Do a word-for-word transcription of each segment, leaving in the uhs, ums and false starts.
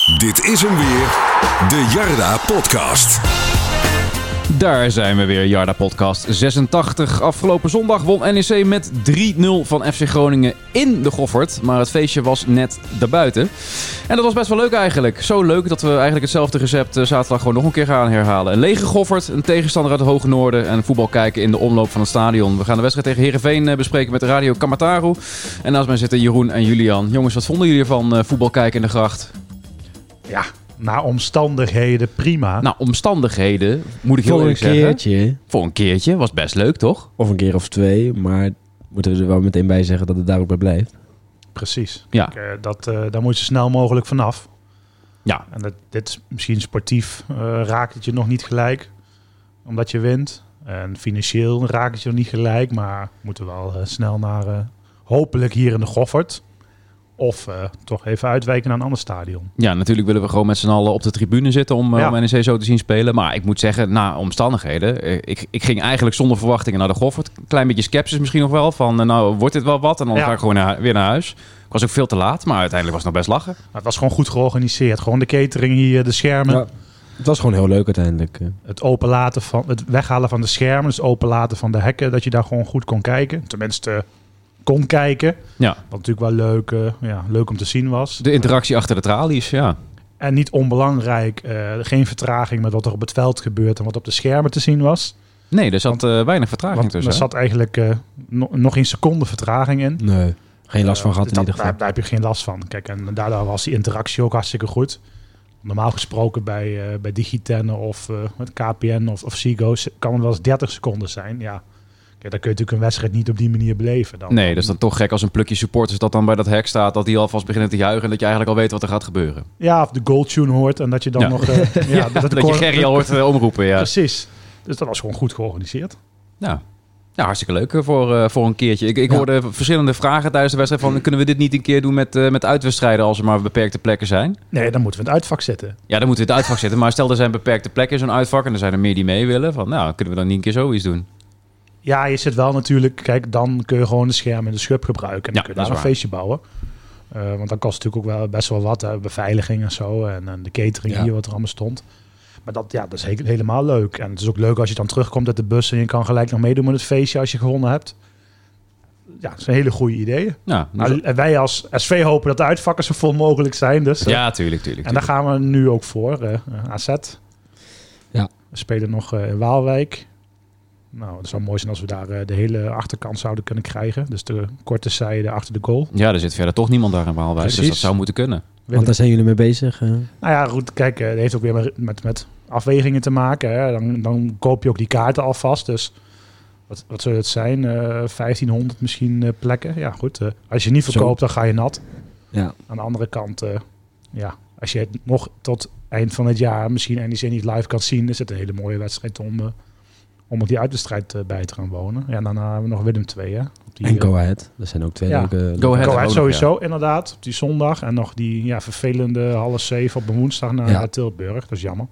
Dit is hem weer, de Jarda Podcast. Daar zijn we weer, Jarda Podcast zesentachtig. Afgelopen zondag won N E C met drie nul van F C Groningen in de Goffert. Maar het feestje was net daarbuiten. En dat was best wel leuk eigenlijk. Zo leuk dat we eigenlijk hetzelfde recept zaterdag gewoon nog een keer gaan herhalen. Een lege Goffert, een tegenstander uit het Hoge Noorden en voetbal kijken in de omloop van het stadion. We gaan de wedstrijd tegen Heerenveen bespreken met de Radio Kamataru. En naast mij zitten Jeroen en Julian. Jongens, wat vonden jullie ervan voetbal kijken in de gracht? Ja, naar omstandigheden prima. Nou, omstandigheden moet ik heel eerlijk zeggen. Voor een keertje. Voor een keertje. Was best leuk, toch? Of een keer of twee. Maar moeten we er wel meteen bij zeggen dat het daar ook bij blijft. Precies. Ja. Kijk, uh, dat, uh, daar moet je zo snel mogelijk vanaf. Ja. En dat, dit is misschien sportief uh, raakt het je nog niet gelijk. Omdat je wint. En financieel raakt het je nog niet gelijk. Maar moeten we wel uh, snel naar uh, hopelijk hier in de Goffert. Of uh, toch even uitwijken naar een ander stadion. Ja, natuurlijk willen we gewoon met z'n allen op de tribune zitten om, ja. om N E C zo te zien spelen. Maar ik moet zeggen, na omstandigheden. Uh, ik, ik ging eigenlijk zonder verwachtingen naar de Goffert. Klein beetje sceptisch misschien nog wel. Van uh, nou, wordt dit wel wat? En dan ja. ga ik gewoon naar, weer naar huis. Ik was ook veel te laat, maar uiteindelijk was het nog best lachen. Maar het was gewoon goed georganiseerd. Gewoon de catering hier, de schermen. Ja, het was gewoon heel leuk uiteindelijk. Het openlaten van, het weghalen van de schermen. Dus het openlaten van de hekken. Dat je daar gewoon goed kon kijken. Tenminste... kon kijken. Ja. Wat natuurlijk wel leuk, uh, ja, leuk om te zien was. De interactie uh, achter de tralies, ja. En niet onbelangrijk, uh, geen vertraging met wat er op het veld gebeurt en wat op de schermen te zien was. Nee, er zat uh, weinig vertraging want tussen. Er zat eigenlijk uh, no- nog geen seconde vertraging in. Nee, geen last van uh, gehad in dat, ieder geval. Daar, daar heb je geen last van. Kijk, en daardoor was die interactie ook hartstikke goed. Normaal gesproken bij, uh, bij Digiten of uh, met K P N of, of Ziggo kan het wel eens dertig seconden zijn, ja. Kijk, dan kun je natuurlijk een wedstrijd niet op die manier beleven. Dan, nee, dat is dan toch gek als een plukje supporters dat dan bij dat hek staat, dat die alvast beginnen te juichen en dat je eigenlijk al weet wat er gaat gebeuren. Ja, of de goaltune hoort en dat je dan ja. nog... Uh, ja, ja, dat, dat je Gerry al hoort uh, omroepen, ja. Precies. Dus dat was gewoon goed georganiseerd. Ja. Ja, hartstikke leuk voor, uh, voor een keertje. Ik, ik ja. hoorde verschillende vragen tijdens de wedstrijd van... kunnen we dit niet een keer doen met, uh, met uitwedstrijden als er maar beperkte plekken zijn? Nee, dan moeten we in het uitvak zetten. Ja, dan moeten we het uitvak zetten. Maar stel er zijn beperkte plekken in zo'n uitvak... en er zijn er meer die mee willen. Van, nou, kunnen we dan niet een keer zoiets doen? Ja, je zit wel natuurlijk... Kijk, dan kun je gewoon de scherm en de schub gebruiken. En dan ja, kun je daar een waar. feestje bouwen. Uh, want dan kost het natuurlijk ook wel best wel wat. Hè, beveiliging en zo. En, en de catering ja. hier, wat er allemaal stond. Maar dat, ja, dat is he- helemaal leuk. En het is ook leuk als je dan terugkomt uit de bus... en je kan gelijk nog meedoen met het feestje als je gewonnen hebt. Ja, dat zijn hele goede ideeën. Ja, dus maar wij als S V hopen dat de uitvakken zo vol mogelijk zijn. Dus, ja, tuurlijk, tuurlijk. En daar gaan we nu ook voor. Uh, A Z. Ja. We spelen nog uh, in Waalwijk... Nou, het zou mooi zijn als we daar uh, de hele achterkant zouden kunnen krijgen. Dus de korte zijde achter de goal. Ja, er zit verder toch niemand daar in Waalwijk. Dus dat zou moeten kunnen. Want daar zijn jullie mee bezig. Uh. Nou ja, goed. Kijk, uh, het heeft ook weer met, met, met afwegingen te maken. Hè. Dan, dan koop je ook die kaarten alvast. Dus wat, wat zou het zijn? Uh, vijftienhonderd misschien uh, plekken. Ja, goed. Uh, als je niet verkoopt, Zo. dan ga je nat. Ja. Aan de andere kant, uh, ja, als je het nog tot eind van het jaar misschien N E C niet live kan zien... is het een hele mooie wedstrijd om... Uh, om op die uitwedstrijd uh, bij te gaan wonen. Ja, dan hebben we nog Willem twee, hè. Op die, en Go Ahead. Dat zijn ook twee ja. leuke... Go Ahead, Go Ahead sowieso, nog, ja. inderdaad. Op die zondag. En nog die ja, vervelende half zeven op een woensdag naar ja. Tilburg. Dat is jammer.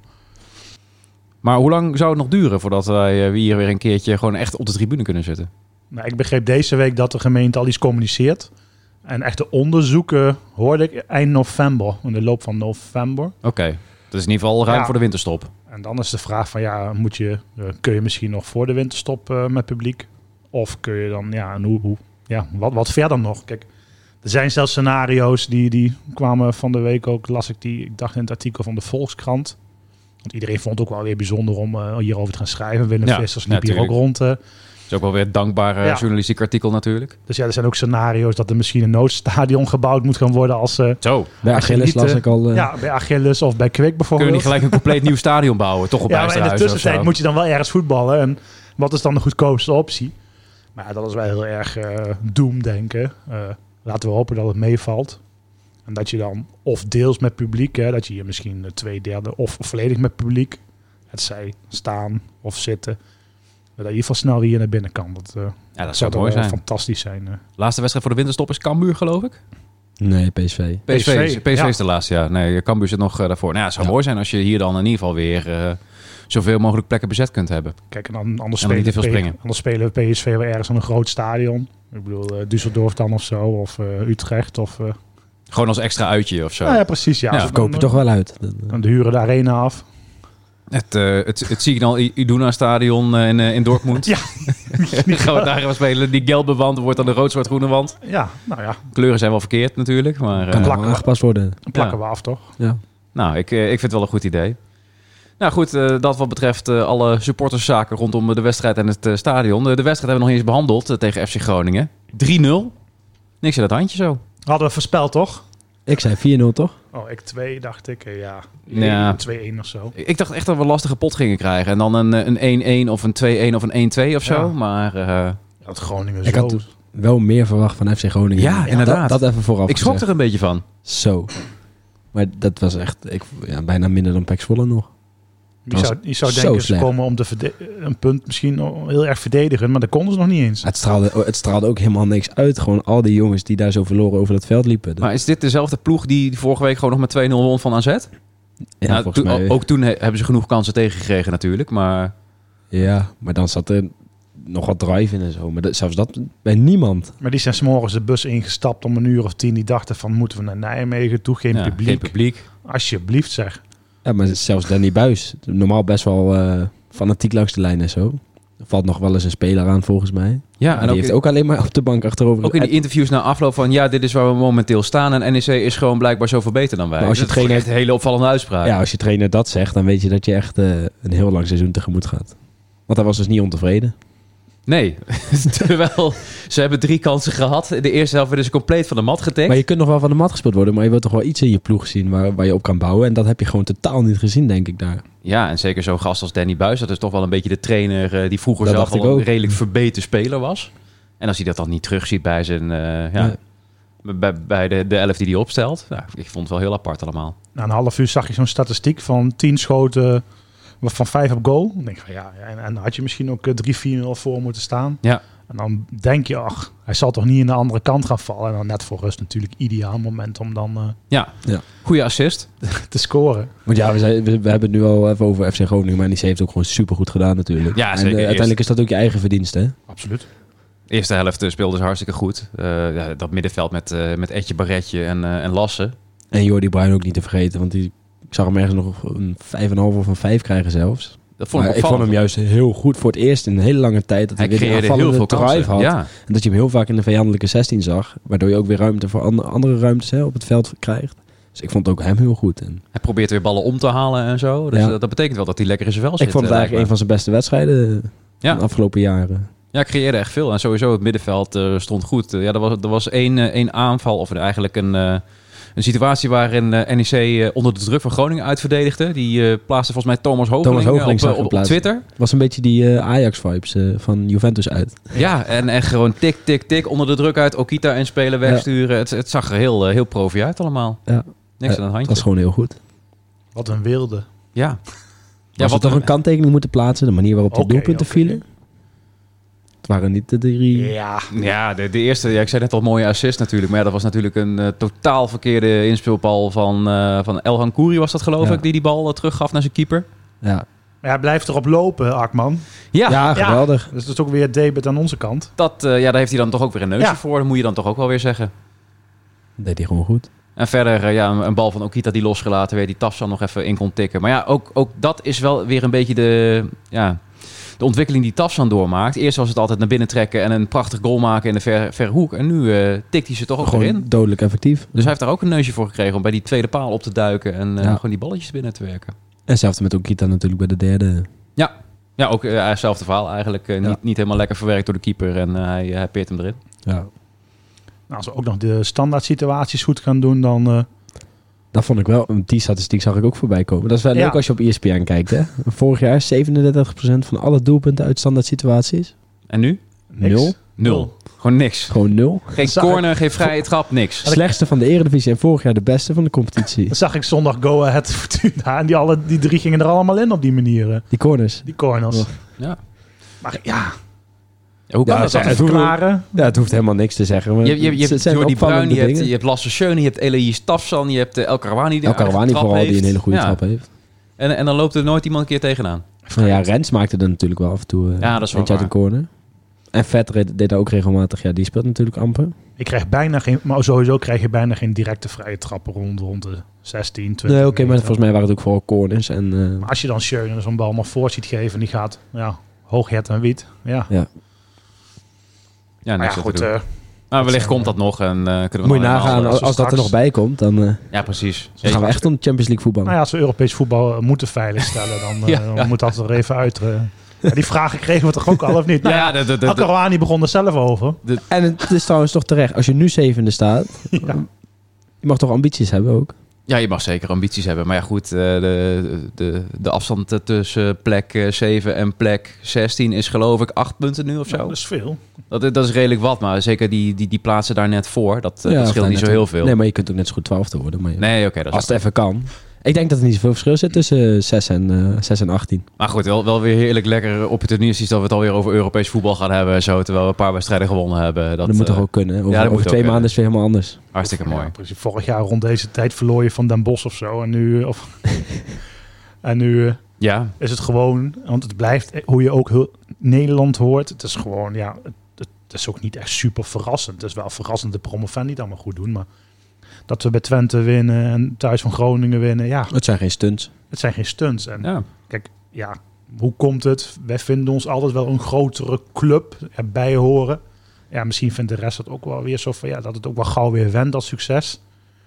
Maar hoe lang zou het nog duren voordat wij uh, hier weer een keertje gewoon echt op de tribune kunnen zitten? Nou, ik begreep deze week dat de gemeente al iets communiceert. En echte onderzoeken hoorde ik eind november. In de loop van november. Oké. Okay. Dat is in ieder geval ruim ja. voor de winterstop. En dan is de vraag van ja, moet je, uh, kun je misschien nog voor de winterstop uh, met publiek? Of kun je dan, ja, en hoe, hoe, ja wat, wat verder nog? Kijk, er zijn zelfs scenario's die, die kwamen van de week ook, las ik die, ik dacht in het artikel van de Volkskrant. Want iedereen vond het ook wel weer bijzonder om uh, hierover te gaan schrijven. Willem ja, Vissers liep hier ook rond. Uh, Dat is ook wel weer een dankbaar uh, ja. journalistiek artikel natuurlijk. Dus ja, er zijn ook scenario's dat er misschien een noodstadion gebouwd moet gaan worden als... Uh, Zo. Bij Achilles las ik al... Uh... Ja, bij Achilles of bij Kwik bijvoorbeeld. Kunnen we niet gelijk een compleet nieuw stadion bouwen? Toch op ja, maar in de tussentijd moet je dan wel ergens voetballen. En wat is dan de goedkoopste optie? Maar ja, dat is wel heel erg uh, doemdenken. Uh, laten we hopen dat het meevalt. En dat je dan of deels met publiek, hè, dat je hier misschien twee derde of volledig met publiek, het zij staan of zitten, dat je in ieder geval snel weer naar binnen kan. Dat, uh, ja, dat zou mooi zijn. Fantastisch zijn. Uh. Laatste wedstrijd voor de winterstop is Cambuur, geloof ik? Nee, P S V. P S V, P S V ja. is de laatste, ja. Nee, Cambuur zit nog uh, daarvoor. Nou ja, het zou ja. mooi zijn als je hier dan in ieder geval weer uh, zoveel mogelijk plekken bezet kunt hebben. Kijk, en dan anders, en dan spelen, P- springen. anders spelen we P S V weer ergens aan een groot stadion. Ik bedoel, uh, Düsseldorf dan of zo, of uh, Utrecht of... Uh, Gewoon als extra uitje of zo. Nou ja, precies. Ja. Ja. Of Of Koop je toch wel uit. Dan huren de arena af. Het, uh, het, het Signal Iduna Stadion uh, in, uh, in Dortmund. Ja. Die gaan we daar gaan spelen. Die gelbe wand wordt dan de rood-zwart-groene wand. Ja, nou ja. Kleuren zijn wel verkeerd natuurlijk. Maar, uh, Kan plakken wel aangepast worden. Dan plakken Ja. we af, toch? Ja. nou, ik, uh, ik vind het wel een goed idee. Nou goed, uh, dat wat betreft uh, alle supporterszaken rondom de wedstrijd en het uh, stadion. De, de wedstrijd hebben we nog niet eens behandeld uh, tegen F C Groningen. drie nul. Niks in dat handje zo. Hadden we voorspeld, toch? Ik zei vier nul, toch? Oh, ik twee, dacht ik. eh, Ja, Ja. twee-een of zo. Ik dacht echt dat we een lastige pot gingen krijgen. En dan een, een één-één of een twee-één of een één-twee of zo. Ja. Maar uh, Dat Groningen Ik zo... had wel meer verwacht van F C Groningen. Ja, inderdaad. Dat, dat even vooraf ik schrok gezegd. er een beetje van. Zo. Maar dat was echt ik, ja, bijna minder dan P E C Zwolle nog. Je zou, je zou zo denken, ze slecht. komen om de verde- een punt misschien heel erg verdedigen. Maar dat konden ze nog niet eens. Het straalde, het straalde ook helemaal niks uit. Gewoon al die jongens die daar zo verloren over dat veld liepen. Maar is dit dezelfde ploeg die die vorige week gewoon nog met twee nul won van A Z? ja, Nou, volgens toen- mij, Ook toen he- hebben ze genoeg kansen tegengekregen natuurlijk. Maar ja, maar dan zat er nog wat drive in en zo. Maar dat, zelfs dat bij niemand. Maar die zijn 's morgens de bus ingestapt om een uur of tien. Die dachten van, moeten we naar Nijmegen toe? Geen ja, publiek. geen publiek. Alsjeblieft zeg. Ja, maar zelfs Danny Buis. Normaal best wel uh, fanatiek langs de lijn en zo. Er valt nog wel eens een speler aan volgens mij. Ja, En en die ook, heeft ook alleen maar op de bank achterover. ook in die interviews na afloop van... ja, dit is waar we momenteel staan. En N E C is gewoon blijkbaar zoveel beter dan wij. Maar als je Dat is trainer- echt een hele opvallende uitspraak. Ja, als je trainer dat zegt, dan weet je dat je echt uh, een heel lang seizoen tegemoet gaat. Want hij was dus niet ontevreden. Nee, terwijl ze hebben drie kansen gehad. De eerste helft werden ze compleet van de mat getikt. Maar je kunt nog wel van de mat gespeeld worden, maar je wilt toch wel iets in je ploeg zien waar, waar je op kan bouwen. En dat heb je gewoon totaal niet gezien, denk ik, daar. Ja, en zeker zo'n gast als Danny Buis. Dat is toch wel een beetje de trainer uh, die vroeger Dat zelf dacht al ik een ook. redelijk verbeterde speler was. En als hij dat dan niet terugziet bij zijn... Uh, ja, bij, bij de, de elf die hij opstelt. Ja, ik vond het wel heel apart allemaal. Na een half uur zag je zo'n statistiek van tien schoten van vijf op goal. Dan denk ik van ja, ja en, en had je misschien ook drie vier nul voor moeten staan. Ja. En dan denk je, ach, hij zal toch niet in de andere kant gaan vallen. En dan net voor rust natuurlijk ideaal moment om dan uh, Ja, Ja. goede assist. te scoren. Want ja, we, zijn, we, we hebben het nu al even over F C Groningen, maar N E C heeft ook gewoon supergoed gedaan natuurlijk. Ja, en zeker. uh, uiteindelijk is dat ook je eigen verdienste, hè? Absoluut. De eerste helft uh, speelden ze hartstikke goed. Uh, ja, dat middenveld met, uh, met Etje Barretje en, uh, en Lasse. En Jordi Bruin ook niet te vergeten, want die, ik zag hem ergens nog een vijf komma vijf of een vijf krijgen zelfs. Dat vond ik, Maar ik vond hem juist heel goed voor het eerst in een hele lange tijd. Dat hij, Hij weer een creëerde heel veel aanvallende drive kansen. had. Ja. En dat je hem heel vaak in de vijandelijke zestien zag. Waardoor je ook weer ruimte voor andere, andere ruimtes hè, op het veld krijgt. Dus ik vond ook hem heel goed. En Hij probeert weer ballen om te halen en zo. Dus Ja. dat, dat betekent wel dat hij lekker in zijn vel zit. ik vond het uh, eigenlijk een van zijn beste wedstrijden Ja. van de afgelopen jaren. Ja, creëerde echt veel. En sowieso het middenveld uh, stond goed. Uh, ja, er was, er was één, uh, één aanval, of eigenlijk een, uh, een situatie waarin uh, N E C uh, onder de druk van Groningen uitverdedigde. Die uh, plaatste volgens mij Thomas Hogeling, Thomas Hogeling uh, zag op, op, op geplaatst. Twitter. Het was een beetje die uh, Ajax-vibes uh, van Juventus uit. Ja, en echt gewoon tik, tik, tik onder de druk uit. Okita en spelen wegsturen. Het, het zag er heel, uh, heel profi uit allemaal. Ja. Niks Uh, aan het Dat handje. was gewoon heel goed. Wat een wilde. Ja. Ja, Ja, wat wat toch een- een kanttekening moeten plaatsen. De manier waarop die Oké, doelpunten oké. vielen. Het waren niet de drie... Ja. Ja, de, de eerste, ja, ik zei net al, mooie assist natuurlijk. Maar ja, dat was natuurlijk een uh, totaal verkeerde inspeelbal van, uh, van Elhan Kouri was dat geloof Ja. ik. Die die bal uh, teruggaf naar zijn keeper. Ja, Maar hij blijft erop lopen, Akman. Ja, ja, ja. geweldig. Dus dat is ook weer debet aan onze kant. dat, uh, ja, daar heeft hij dan toch ook weer een neusje Ja. voor. Dat moet je dan toch ook wel weer zeggen. Dat deed hij gewoon goed. En verder, uh, ja, een, een bal van Okita die losgelaten werd. Die Tafsan nog even in kon tikken. Maar ja, ook, ook dat is wel weer een beetje de... Ja, de ontwikkeling die Tafsan doormaakt. Eerst was het altijd naar binnen trekken en een prachtig goal maken in de ver, verre hoek. En nu uh, tikt hij ze toch ook Gewoon erin. dodelijk effectief. Dus hij heeft daar ook een neusje voor gekregen om bij die tweede paal op te duiken. En uh, Ja. gewoon die balletjes binnen te werken. En hetzelfde met Okita natuurlijk bij de derde. Ja, ja ook uh, hetzelfde verhaal eigenlijk. Uh, Ja. niet, niet helemaal lekker verwerkt door de keeper. En uh, hij, hij peert hem erin. Ja. Nou, als we ook nog de standaard situaties goed gaan doen, dan... Uh, Dat vond ik wel. Die statistiek zag ik ook voorbij komen. Dat is wel Ja. leuk als je op E S P N kijkt. Hè? Vorig jaar zevenendertig procent van alle doelpunten uit standaard situaties. En nu? niks. Nul. Nul. Gewoon niks. Gewoon nul. Geen Zag corner, geen vrije trap, niks. Slechtste van de Eredivisie en vorig jaar de beste van de competitie. Dan zag ik zondag Go Ahead Fortuna. En die, alle, die drie gingen er allemaal in op die manier. uh, Die corners. Die corners. Oh. Ja. Maar ja, Ja, hoe kan Ja, dat? dat het te hoeft- verklaren. Ja, het hoeft helemaal niks te zeggen. Maar Je, je, je, het hebt zijn Jordi Bruin, opvallende je hebt, dingen. je hebt Lasse Schöne, je hebt Eloïse Tafsan, je hebt uh, El Karouani. Die El Karouani een vooral, trap die een hele heeft. goede Ja. trap heeft. En, en dan loopt er nooit iemand een keer tegenaan. Nou ja, Rens maakte er natuurlijk wel af en toe uh, Ja, dat is wel eentje uit waar. een corner. En Vet deed, deed daar ook regelmatig. Ja, die speelt natuurlijk amper. Ik krijg bijna geen, maar sowieso krijg je bijna geen directe vrije trappen rond, rond de zestien, twintig Nee, oké, okay, maar meter. volgens mij waren het ook vooral corners. En, uh... Maar als je dan Schöne zo'n bal maar voor ziet geven, die gaat ja, hoog het en wiet. Ja, ja. Ja, maar ja goed. Uh, maar wellicht komt dat nog. En, uh, kunnen we Moet je nagaan, als, als straks... dat er nog bij komt, dan uh, ja, precies. Dan gaan we echt om de Champions League voetballen. Nou ja, als we Europees voetbal moeten veiligstellen, dan, uh, ja, dan ja. moet dat er even uit... Uh, Ja, die vragen kregen we toch ook al, of niet? Nou, ja, ja, de, de, de, Akkarouani begon er zelf over. De, en het is trouwens toch terecht. Als je nu zevende staat, ja. je mag toch ambities hebben ook? Ja, je mag zeker ambities hebben. Maar ja, goed, de, de, de afstand tussen plek zeven en plek zestien is geloof ik acht punten nu of zo. Ja, dat is veel. Dat, dat is redelijk wat, maar zeker die, die, die plaatsen daar net voor. Dat, ja, dat scheelt niet zo heel veel. Nee, maar je kunt ook net zo goed twaalfde worden. Maar je, nee, oké. Okay, als het even kan. Ik denk dat er niet zoveel verschil zit tussen zes en, uh, zes en achttien. Maar goed, wel, wel weer heerlijk lekker opportunistisch dat we het alweer over Europees voetbal gaan hebben. Zo, terwijl we een paar wedstrijden gewonnen hebben. Dat, dat moet uh, toch ook kunnen? Over, ja, dat over twee maanden kunnen. Is het weer helemaal anders. Hartstikke mooi. Ja, precies. Vorig jaar rond deze tijd verloor je van Den Bosch of zo. En nu, of, en nu uh, ja. is het gewoon... Want het blijft, hoe je ook heel, Nederland hoort. Het is gewoon, ja... Het, het is ook niet echt super verrassend. Het is wel verrassend de promovendi het allemaal goed doen, maar... Dat we bij Twente winnen en thuis van Groningen winnen. Ja, het zijn geen stunts. Het zijn geen stunts. En ja. Kijk, ja, hoe komt het? Wij vinden ons altijd wel een grotere club erbij horen. Ja, misschien vindt de rest het ook wel weer zo van... Ja, dat het ook wel gauw weer went, dat succes.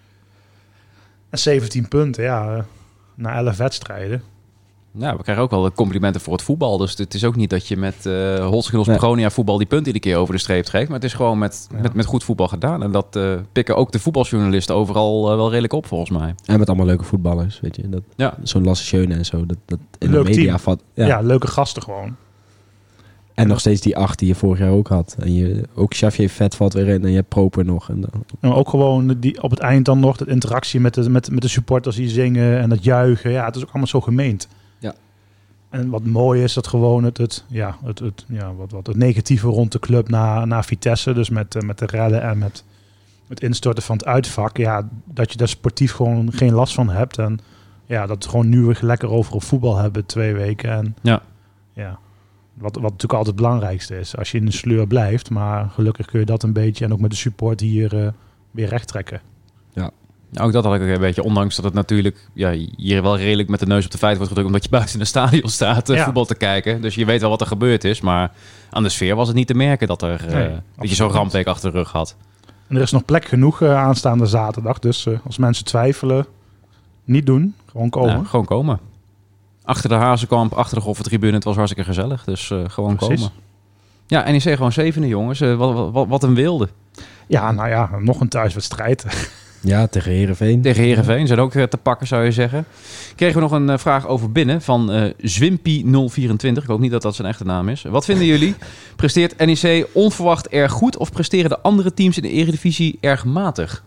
En zeventien punten, ja, na elf wedstrijden. Nou, we krijgen ook wel de complimenten voor het voetbal. Dus het is ook niet dat je met uh, Holstein nee. Groningen voetbal die punten iedere keer over de streep geeft. Maar het is gewoon met, ja. met, met goed voetbal gedaan. En dat uh, pikken ook de voetbaljournalisten overal uh, wel redelijk op, volgens mij. En met allemaal leuke voetballers, weet je. Dat, ja. Zo'n Lasse Schöne en zo. Dat, dat in Leuk de media team. vat. Ja. ja, leuke gasten gewoon. En ja. nog steeds die acht die je vorig jaar ook had. En je, ook Xavier Vet valt weer in en je hebt Proper nog. En, dan... en ook gewoon die, op het eind dan nog de interactie met de, met, met de supporters die zingen en dat juichen. Ja, het is ook allemaal zo gemeend. Ja. En wat mooi is, dat gewoon het, het, ja, het, het, ja, wat, wat het negatieve rond de club na, na Vitesse. Dus met, uh, met de redden en met het instorten van het uitvak. Ja, dat je daar sportief gewoon geen last van hebt. En ja, dat we gewoon nu weer lekker over voetbal hebben twee weken. En ja. ja. Wat, wat natuurlijk altijd het belangrijkste is. Als je in de sleur blijft. Maar gelukkig kun je dat een beetje. En ook met de support hier uh, weer recht trekken. Ja. Ja, ook dat had ik een beetje. Ondanks dat het natuurlijk ja, hier wel redelijk met de neus op de feiten wordt gedrukt. Omdat je buiten in een stadion staat uh, ja. voetbal te kijken. Dus je weet wel wat er gebeurd is. Maar aan de sfeer was het niet te merken dat, er, nee, uh, dat je zo'n rampweek achter de rug had. En er is nog plek genoeg uh, aanstaande zaterdag. Dus uh, als mensen twijfelen, niet doen. Gewoon komen. Ja, gewoon komen. Achter de Hazenkamp, achter de Goffertribune. Het was hartstikke gezellig. Dus uh, gewoon Precies. komen. Ja, N E C gewoon zevende, jongens. Uh, wat, wat, wat een wilde. Ja, nou ja, nog een thuiswedstrijd. Ja, tegen Heerenveen. Tegen Heerenveen. Zijn ook uh, te pakken, zou je zeggen. Kregen we nog een uh, vraag over binnen van uh, Zwimpy nul vierentwintig. Ik hoop niet dat dat zijn echte naam is. Wat vinden jullie? Presteert N E C onverwacht erg goed of presteren de andere teams in de Eredivisie erg matig?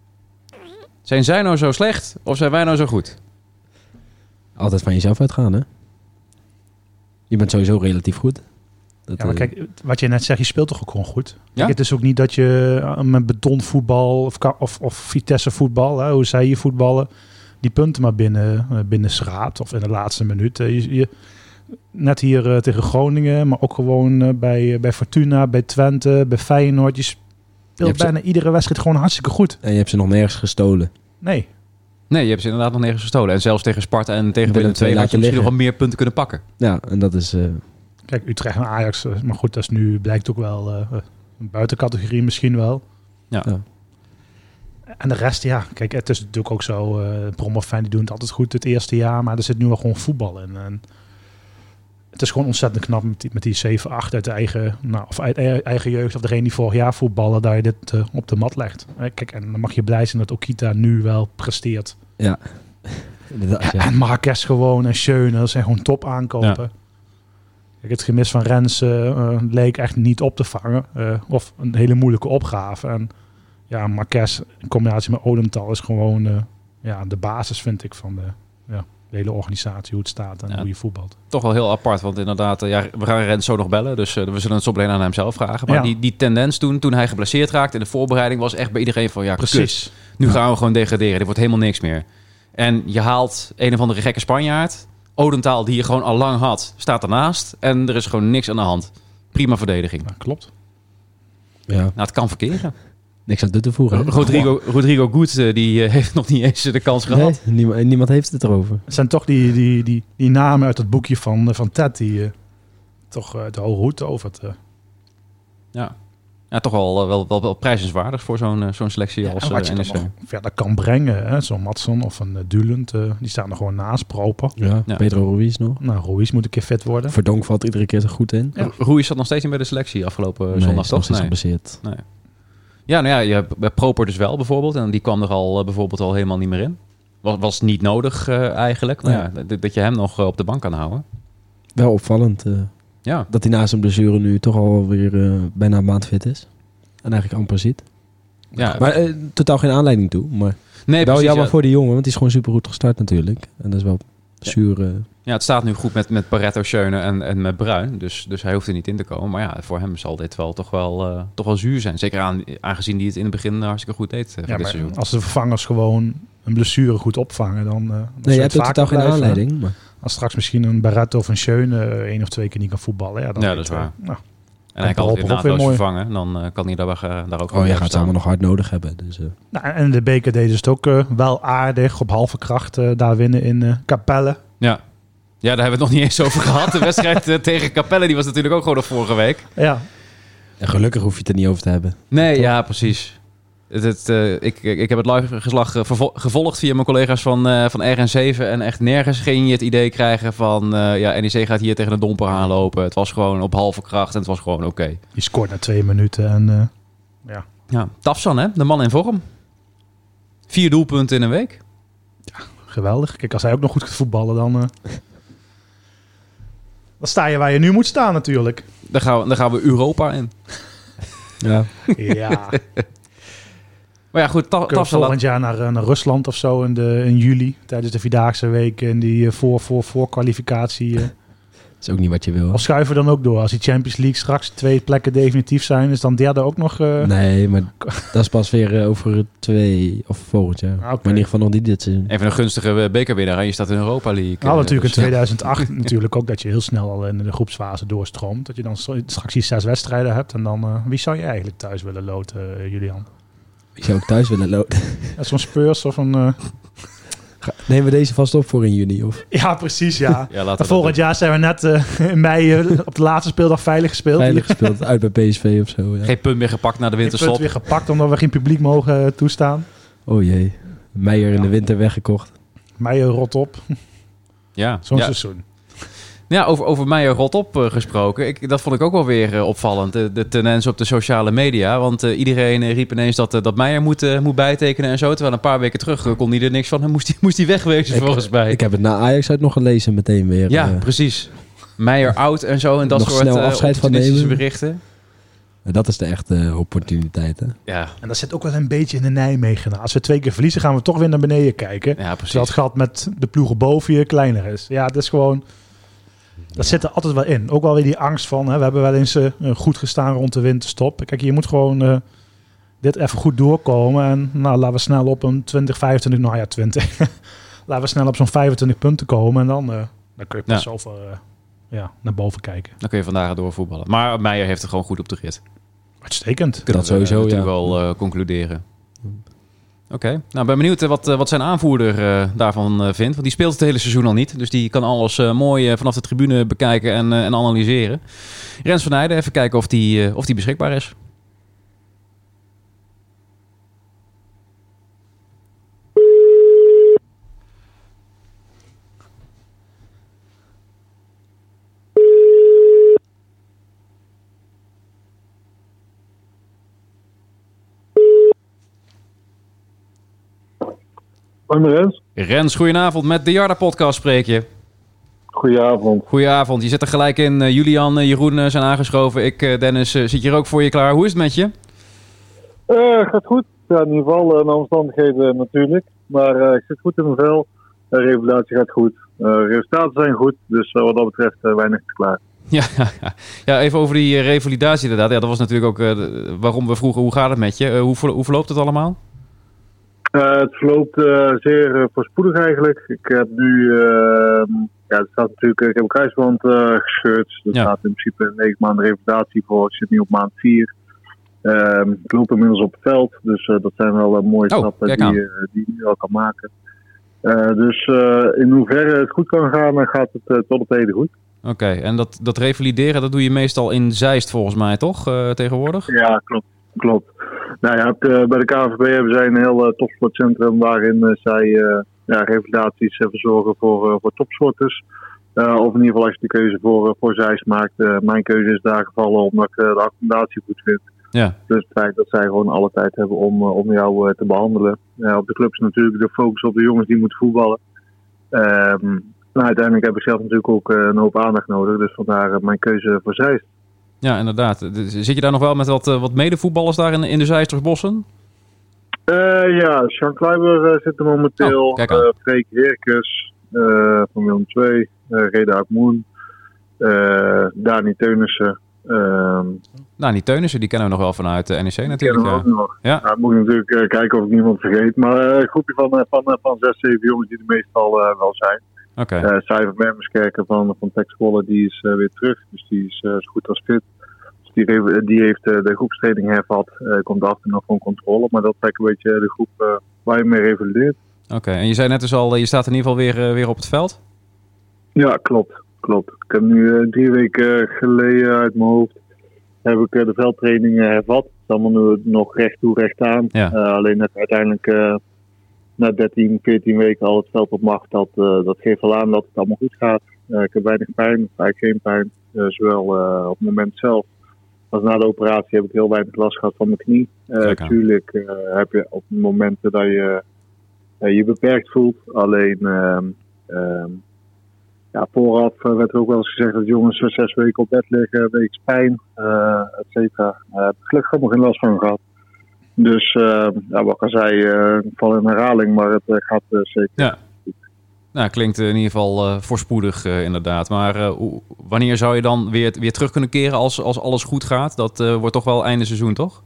Zijn zij nou zo slecht of zijn wij nou zo goed? Altijd van jezelf uitgaan, hè? Je bent sowieso relatief goed. Dat ja, maar kijk, wat je net zegt, je speelt toch ook gewoon goed? Ja? Kijk, het is ook niet dat je met betonvoetbal of, of, of Vitesse voetbal, hè, hoe zij je voetballen, die punten maar binnen, binnen schraapt of in de laatste minuut. Je, je, net hier uh, tegen Groningen, maar ook gewoon uh, bij, bij Fortuna, bij Twente, bij Feyenoord. Je speelt je bijna ze... iedere wedstrijd gewoon hartstikke goed. En je hebt ze nog nergens gestolen. Nee. Nee, je hebt ze inderdaad nog nergens gestolen. En zelfs tegen Sparta en tegen Willem twee had je misschien nog wel meer punten kunnen pakken. Ja, en dat is... Uh... Kijk, Utrecht en Ajax, maar goed, dat is nu blijkt ook wel uh, een buitencategorie misschien wel. Ja. ja. En de rest, ja, kijk, het is natuurlijk ook zo, uh, promovendi doen het altijd goed het eerste jaar, maar er zit nu wel gewoon voetbal in. En het is gewoon ontzettend knap met die, met die zeven acht uit de eigen, nou, of uit eigen jeugd, of degene die vorig jaar voetballen, dat je dit uh, op de mat legt. Kijk, en dan mag je blij zijn dat Okita nu wel presteert. Ja. ja, ja. En Marquez gewoon en Schöne, dat zijn gewoon top aankopen. Ja. Kijk, het gemis van Rens uh, leek echt niet op te vangen. Uh, of een hele moeilijke opgave. En ja, Marquez in combinatie met Odental is gewoon uh, ja, de basis, vind ik, van de, ja, de hele organisatie, hoe het staat en ja. hoe je voetbalt. Toch wel heel apart, want inderdaad, uh, ja, we gaan Rens zo nog bellen. Dus uh, we zullen het zo meteen aan hem zelf vragen. Maar ja. die, die tendens toen, toen hij geblesseerd raakte in de voorbereiding, was echt bij iedereen van, ja, precies. Kut, nu ja. gaan we gewoon degraderen. Dit wordt helemaal niks meer. En je haalt een of andere gekke Spanjaard. Odental, die je gewoon al lang had, staat ernaast. En er is gewoon niks aan de hand. Prima verdediging. Ja, klopt. Ja. Nou, het kan verkeren. Niks aan toe te voegen. hè? Rodrigo, Rodrigo Goed, uh, die uh, heeft nog niet eens de kans gehad. Nee, niemand, niemand heeft het erover. Het zijn toch die, die, die, die namen uit het boekje van, van Ted die uh, toch uh, de hoge hoed tovert. Uh. Ja. Ja, toch wel, wel, wel, wel prijzenswaardig voor zo'n, uh, zo'n selectie Ja, als en wat je uh, dan N E C. nog verder kan brengen, hè? Zo'n Matson of een uh, Dulent, uh, die staan er gewoon naast, Proper. Ja, Ja. Pedro Ruiz nog. Nou, Ruiz moet een keer fit worden. Verdonk valt iedere keer er goed in. Ja. Ruiz zat nog steeds niet bij de selectie afgelopen Nee, zondag, is nog toch? steeds Nee. geblesseerd. Nee. Ja, nou ja, je hebt bij Proper dus wel bijvoorbeeld. En die kwam er al uh, bijvoorbeeld al helemaal niet meer in. Was, was niet nodig uh, eigenlijk. Maar Ja. ja, dat, dat je hem nog uh, op de bank kan houden. Wel opvallend uh, Ja. dat hij na zijn blessure nu toch alweer uh, bijna een maand fit is. En eigenlijk amper ziet. Ja. Maar uh, totaal geen aanleiding toe. Maar Nee, wel precies, jammer ja. voor die jongen, want die is gewoon super goed gestart natuurlijk. En dat is wel zuur. Uh, Ja, het staat nu goed met, met Barretto, Schöne en, en met Bruin. Dus, dus hij hoeft er niet in te komen. Maar ja, voor hem zal dit wel toch wel, uh, toch wel zuur zijn. Zeker aan, aangezien hij het in het begin hartstikke goed deed uh, voor Ja, dit maar seizoen. als de vervangers gewoon een blessure goed opvangen, dan, uh, dan nee, zul je het hebt er vaker totaal geen blijven. aanleiding. Maar Als straks misschien een Barretto of een Schöne uh, één of twee keer niet kan voetballen. Ja, dan Ja, weet dat is je, waar. Nou, En hij kan het Proper ook inderdaad weer wel eens mooi. vervangen. Dan uh, kan hij daar, uh, daar ook oh, je gaat staan. het allemaal nog hard nodig hebben. Dus, uh, nou, en de beker deden ze het ook uh, wel aardig op halve kracht uh, daar winnen in uh, Capelle. Ja. ja, daar hebben we het nog niet eens over gehad. De wedstrijd uh, tegen Capelle die was natuurlijk ook gewoon nog vorige week. Ja, en gelukkig hoef je het er niet over te hebben. Nee, Toch? ja, precies. Het, het, uh, ik, ik heb het live geslag uh, vervol- gevolgd via mijn collega's van, uh, van R N zeven. En echt nergens ging je het idee krijgen van... Uh, ja, N E C gaat hier tegen de domper aanlopen. Het was gewoon op halve kracht en het was gewoon oké. Okay. die scoort na twee minuten. En, uh, ja. Ja, Tafsan, hè? De man in vorm. Vier doelpunten in een week. Geweldig. Kijk, als hij ook nog goed gaat voetballen, dan... Uh, dan sta je waar je nu moet staan natuurlijk. Dan gaan we, dan gaan we Europa in. Ja. Ja. Maar ja, goed, ta- Kunnen we Tafsan... volgend jaar naar, uh, naar Rusland of zo in, de, in juli. Tijdens de Vierdaagse week. En die uh, voor, voor, voor kwalificatie... Uh, Dat is ook niet wat je wil. of schuiven we dan ook door? Als die Champions League straks twee plekken definitief zijn... is dan derde ook nog... Uh, Nee, maar dat is pas weer uh, over twee of volgend jaar. Ah, oké. Maar in ieder geval nog niet dit seizoen. Even een gunstige bekerwinnaar en je staat in de Europa League. Nou, natuurlijk in Dus, tweeduizend acht natuurlijk ook dat je heel snel al in de groepsfase doorstroomt. Dat je dan so- straks die zes wedstrijden hebt. En dan, uh, wie zou je eigenlijk thuis willen loten, uh, Julian? Ik zou ook thuis willen lopen. Ja, zo'n Spurs of een... Uh... Nemen we deze vast op voor in juni? Of Ja, precies, ja. Ja, laten we En dat volgend jaar zijn we net uh, in mei uh, op de laatste speeldag veilig gespeeld. veilig gespeeld uit bij P S V of zo. Ja. Geen punt meer gepakt na de Geen punt winterstop. weer gepakt omdat we geen publiek mogen uh, toestaan. Oh jee. Meijer in Ja. de winter weggekocht. Mei uh, rot op. Ja, Zo'n ja. seizoen. Ja, over, over Meijer rotop uh, gesproken. Ik, dat vond ik ook wel weer uh, opvallend. De, de tendens op de sociale media. Want uh, iedereen uh, riep ineens dat, uh, dat Meijer moet, uh, moet bijtekenen en zo. Terwijl een paar weken terug uh, kon hij er niks van. En moest hij moest hij wegwezen Ik- volgens mij. Ik heb het na Ajax uit nog gelezen meteen weer. ja, eh. precies. Meijer oud en zo. En dat Nog soort snel uh, afscheid van opportunistische nemen. berichten. dat is de echte opportuniteit. Hè? Ja, En dat zit ook wel een beetje in de Nijmegen. Als we twee keer verliezen, gaan we toch weer naar beneden kijken. ja precies. Terwijl het gat met de ploegen boven je kleiner is. Ja, dat is gewoon... Dat zit er altijd wel in. Ook wel weer die angst van... Hè, we hebben wel eens uh, goed gestaan rond de winterstop. Kijk, je moet gewoon uh, dit even goed doorkomen. En nou, laten we snel op een twintig, vijfentwintig... Nou ja, twintig. Laten we snel op zo'n vijfentwintig punten komen. En dan, uh, dan kun je pas Ja. over uh, ja, naar boven kijken. Dan kun je vandaag door voetballen. Maar Meijer heeft het gewoon goed op de rit. Uitstekend. Kunnen Dat we, uh, sowieso, natuurlijk ja. wel uh, concluderen. Oké, okay. Nou ben benieuwd uh, wat, uh, wat zijn aanvoerder uh, daarvan uh, vindt. Want die speelt het hele seizoen al niet. Dus die kan alles uh, mooi uh, vanaf de tribune bekijken en, uh, en analyseren. Rens van Heijden, even kijken of die, uh, of die beschikbaar is. Hoi Rens. Rens, goedenavond. Met de Jarda-podcast spreek je. Goedenavond. Goedenavond. Je zit er gelijk in. Uh, Julian, uh, Jeroen uh, zijn aangeschoven. Ik, uh, Dennis, uh, zit hier ook voor je klaar. Hoe is het met je? Uh, gaat goed. Ja, in ieder geval uh, naar omstandigheden natuurlijk. Maar uh, ik zit goed in mijn vel. De uh, revalidatie gaat goed. Uh, resultaten zijn goed. Dus uh, wat dat betreft uh, weinig te klaar. Ja, ja, even over die uh, revalidatie inderdaad. Ja, dat was natuurlijk ook uh, de, waarom we vroegen hoe gaat het met je? Uh, hoe, ver, hoe verloopt het allemaal? Uh, het verloopt uh, zeer uh, voorspoedig eigenlijk. Ik heb nu... Uh, ja, er staat natuurlijk... Ik heb een kruisband uh, gescheurd. Dus er Ja. staat in principe negen maanden revalidatie voor. Ik zit nu op maand vier. Um, ik loop inmiddels op het veld, dus uh, dat zijn wel uh, mooie oh, stappen die, uh, die je wel kan maken. Uh, dus uh, in hoeverre het goed kan gaan, dan gaat het uh, tot op heden goed. Oké, okay, en dat, dat revalideren, dat doe je meestal in Zeist volgens mij, toch, uh, tegenwoordig? Ja, klopt. klopt. Nou ja, het, uh, bij de K N V B hebben zij een heel uh, topsportcentrum waarin uh, zij uh, ja, revalidaties uh, verzorgen voor, uh, voor topsporters. Uh, of in ieder geval als je de keuze voor, uh, voor Zeist maakt. Uh, mijn keuze is daar gevallen omdat ik uh, de accommodatie goed vind. Ja. Dus het feit dat zij gewoon alle tijd hebben om, uh, om jou uh, te behandelen. Uh, op de club is natuurlijk de focus op de jongens die moeten voetballen. Um, nou, uiteindelijk heb ik zelf natuurlijk ook uh, een hoop aandacht nodig. Dus vandaar uh, mijn keuze voor Zeist. Ja, inderdaad. Zit je daar nog wel met wat, uh, wat medevoetballers daar in, in de Zeisterbossen? Uh, ja, Sean Kleiber uh, zit er momenteel. Oh, uh, Freek Heerkes uh, van Willem twee. Uh, Reda Akmoen. Uh, Dani Teunissen. Uh, Dani Teunissen, die kennen we nog wel vanuit de N E C natuurlijk. Ja. Nog. Ja. Nou, moet ik natuurlijk uh, kijken of ik niemand vergeet. Maar uh, een groepje van, uh, van, uh, van zes, zeven jongens die er meestal uh, wel zijn. Okay. Uh, Cijfer Mermerskerken van, van Tex Zwolle, die is uh, weer terug. Dus die is uh, zo goed als fit. Dus die, die heeft uh, de groepstraining hervat. Uh, komt af en toe nog gewoon controle. Maar dat is eigenlijk een beetje de groep uh, waar je mee revalideert. Oké, okay. En je zei net dus al, je staat in ieder geval weer, uh, weer op het veld? Ja, klopt. klopt. Ik heb nu uh, drie weken geleden uit mijn hoofd heb ik uh, de veldtraining uh, hervat. Het is allemaal nu nog recht toe, recht aan. Ja. Uh, alleen net uiteindelijk uh, na dertien, veertien weken al het veld op mag. Dat, uh, dat geeft wel aan dat het allemaal goed gaat. Uh, ik heb weinig pijn, eigenlijk geen pijn. Uh, zowel uh, op het moment zelf als na de operatie heb ik heel weinig last gehad van mijn knie. Natuurlijk uh, uh, heb je op momenten dat je uh, je beperkt voelt. Alleen uh, uh, ja, vooraf uh, werd er ook wel eens gezegd dat jongens zes weken op bed liggen, weeks pijn, uh, et cetera. Uh, ik heb gelukkig helemaal geen last van gehad. Dus uh, ja, wat ik al zei, uh, ik val in herhaling, maar het uh, gaat uh, zeker. Ja. Nou, klinkt in ieder geval uh, voorspoedig uh, inderdaad. Maar uh, hoe, wanneer zou je dan weer, weer terug kunnen keren als, als alles goed gaat? Dat uh, wordt toch wel einde seizoen, toch?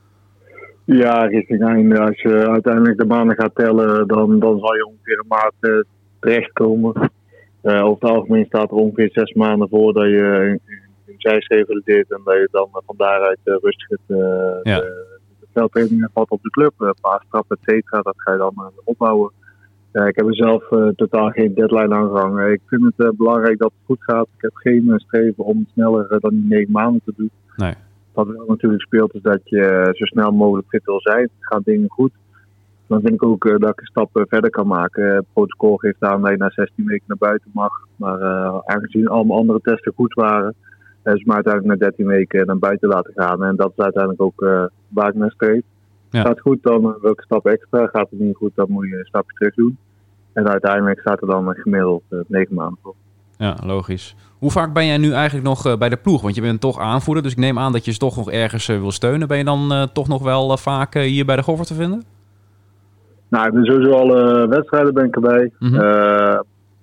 Ja, richting einde. Als je uiteindelijk de maanden gaat tellen, dan, dan zal je ongeveer een maand uh, terechtkomen. Uh, over het algemeen staat er ongeveer zes maanden voor dat je in, in Zeist revalideert en dat je dan uh, van daaruit uh, rustig het, uh, ja. de, de veldtraining valt op de club. Een paar trappen, et cetera. Dat ga je dan uh, opbouwen. Uh, ik heb er zelf uh, totaal geen deadline aan gehangen. Ik vind het uh, belangrijk dat het goed gaat. Ik heb geen uh, streven om het sneller uh, dan die negen maanden te doen. Nee. Wat wel natuurlijk speelt is dat je uh, zo snel mogelijk fit wil zijn. Gaan dingen goed. Dan vind ik ook uh, dat ik een stap uh, verder kan maken. Uh, het protocol geeft aan dat je na zestien weken naar buiten mag. Maar uh, aangezien al mijn andere testen goed waren, uh, is me uiteindelijk na dertien weken naar buiten laten gaan. En dat is uiteindelijk ook uh, waar ik naar streef. Ja. Gaat het goed, dan uh, wil ik een stap extra. Gaat het niet goed, dan moet je een stapje terug doen. En uiteindelijk staat er dan gemiddeld uh, negen maanden voor. Ja, logisch. Hoe vaak ben jij nu eigenlijk nog uh, bij de ploeg? Want je bent toch aanvoerder, dus ik neem aan dat je ze toch nog ergens uh, wil steunen. Ben je dan uh, toch nog wel uh, vaak uh, hier bij de Goffert te vinden? Nou, ik ben sowieso alle wedstrijden ben ik erbij. Mm-hmm. Uh,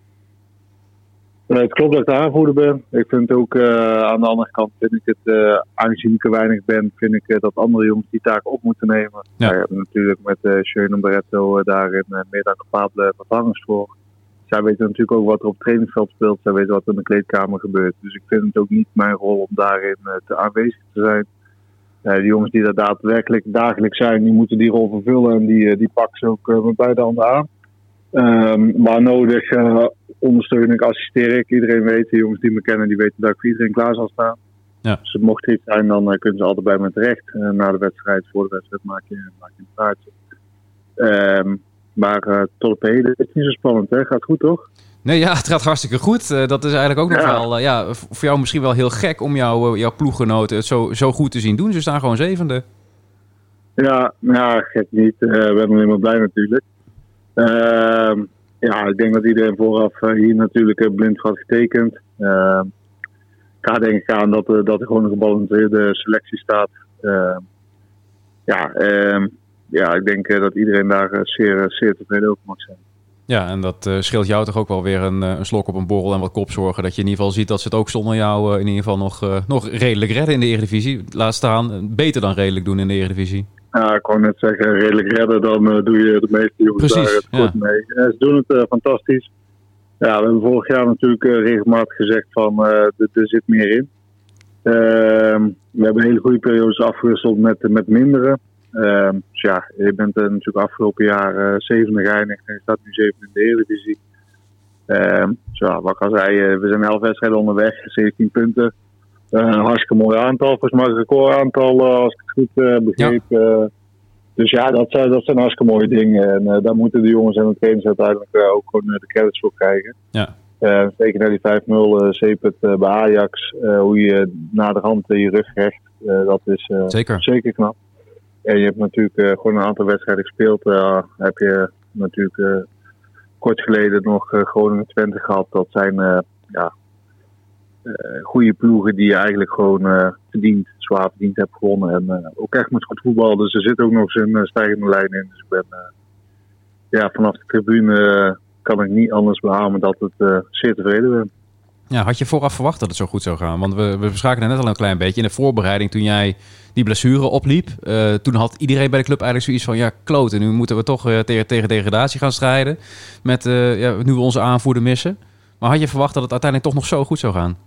het klopt dat ik de aanvoerder ben. Ik vind het ook uh, aan de andere kant, vind ik het, uh, aangezien ik er weinig ben, vind ik uh, dat andere jongens die taken op moeten nemen. Ja. We hebben natuurlijk met uh, Schön en Barretto uh, daarin uh, meer dan capabele vervangers voor. Zij weten natuurlijk ook wat er op het trainingsveld speelt. Zij weten wat er in de kleedkamer gebeurt. Dus ik vind het ook niet mijn rol om daarin uh, te aanwezig te zijn. Uh, de jongens die daar daadwerkelijk dagelijks zijn, die moeten die rol vervullen. En die, uh, die pakken ze ook uh, met beide handen aan. Um, waar nodig uh, ondersteun ik, assisteer ik. Iedereen weet, de jongens die me kennen, die weten dat ik voor iedereen klaar zal staan. Ja. Dus mocht er iets zijn, dan uh, kunnen ze altijd bij me terecht. Uh, na de wedstrijd, voor de wedstrijd maak je, maak je een praatje. Um, maar uh, tot op heden is het niet zo spannend, hè? Gaat goed, toch? Nee, ja, het gaat hartstikke goed. Uh, dat is eigenlijk ook nog ja. wel, uh, ja, voor jou misschien wel heel gek om jou, uh, jouw ploeggenoten het zo, zo goed te zien doen. Ze staan gewoon zevende. Ja, ja gek niet. Uh, we zijn alleen maar blij natuurlijk. Uh, ja, ik denk dat iedereen vooraf uh, hier natuurlijk uh, blind had getekend. Uh, ik ga denk ik aan dat, uh, dat er gewoon een gebalanceerde selectie staat. Uh, ja, uh, ja, ik denk uh, dat iedereen daar uh, zeer, zeer tevreden over mag zijn. Ja, en dat uh, scheelt jou toch ook wel weer een, een slok op een borrel en wat kopzorgen. Dat je in ieder geval ziet dat ze het ook zonder jou uh, in ieder geval nog, uh, nog redelijk redden in de Eredivisie. Laat staan, beter dan redelijk doen in de Eredivisie. Ja, ik wou net zeggen, redelijk redden, dan uh, doe je de meeste jongens Precies, daar het goed ja. mee. Uh, ze doen het uh, fantastisch. Ja, we hebben vorig jaar natuurlijk uh, regelmatig gezegd van uh, er, er zit meer in. we hebben hele goede periodes afgewisseld met, met mindere. Uh, dus ja, je bent uh, natuurlijk afgelopen jaar uh, zevende geëindigd en je staat nu zevende in de Eredivisie. Uh, dus ja, wat ik al zei, uh, we zijn elf wedstrijden onderweg, zeventien punten. Uh, een hartstikke mooi aantal, volgens mij een recordaantal, uh, als ik het goed uh, begreep. Ja. Uh, dus ja, dat, uh, dat zijn hartstikke mooie dingen. En uh, daar moeten de jongens en de trainers uiteindelijk uh, ook gewoon uh, de credits voor krijgen. Ja. Uh, zeker naar die vijf nul uh, zeepet uh, bij Ajax, uh, hoe je na de hand uh, je rug recht, uh, dat is uh, zeker. zeker knap. En je hebt natuurlijk uh, gewoon een aantal wedstrijden gespeeld. Uh, heb je natuurlijk uh, kort geleden nog uh, Groningen Twente gehad. Dat zijn uh, ja, uh, goede ploegen die je eigenlijk gewoon uh, verdiend, zwaar verdiend hebt gewonnen. En uh, ook echt met goed voetbal. Dus er zit ook nog eens een uh, stijgende lijn in. Dus ik ben uh, ja, vanaf de tribune uh, kan ik niet anders beamen dat het uh, zeer tevreden ben. Ja, had je vooraf verwacht dat het zo goed zou gaan? Want we, we bespraken net al een klein beetje. In de voorbereiding, toen jij die blessure opliep, uh, toen had iedereen bij de club eigenlijk zoiets van, ja, kloten, nu moeten we toch uh, tegen, tegen degradatie gaan strijden. Met, uh, ja, nu we onze aanvoerder missen. Maar had je verwacht dat het uiteindelijk toch nog zo goed zou gaan?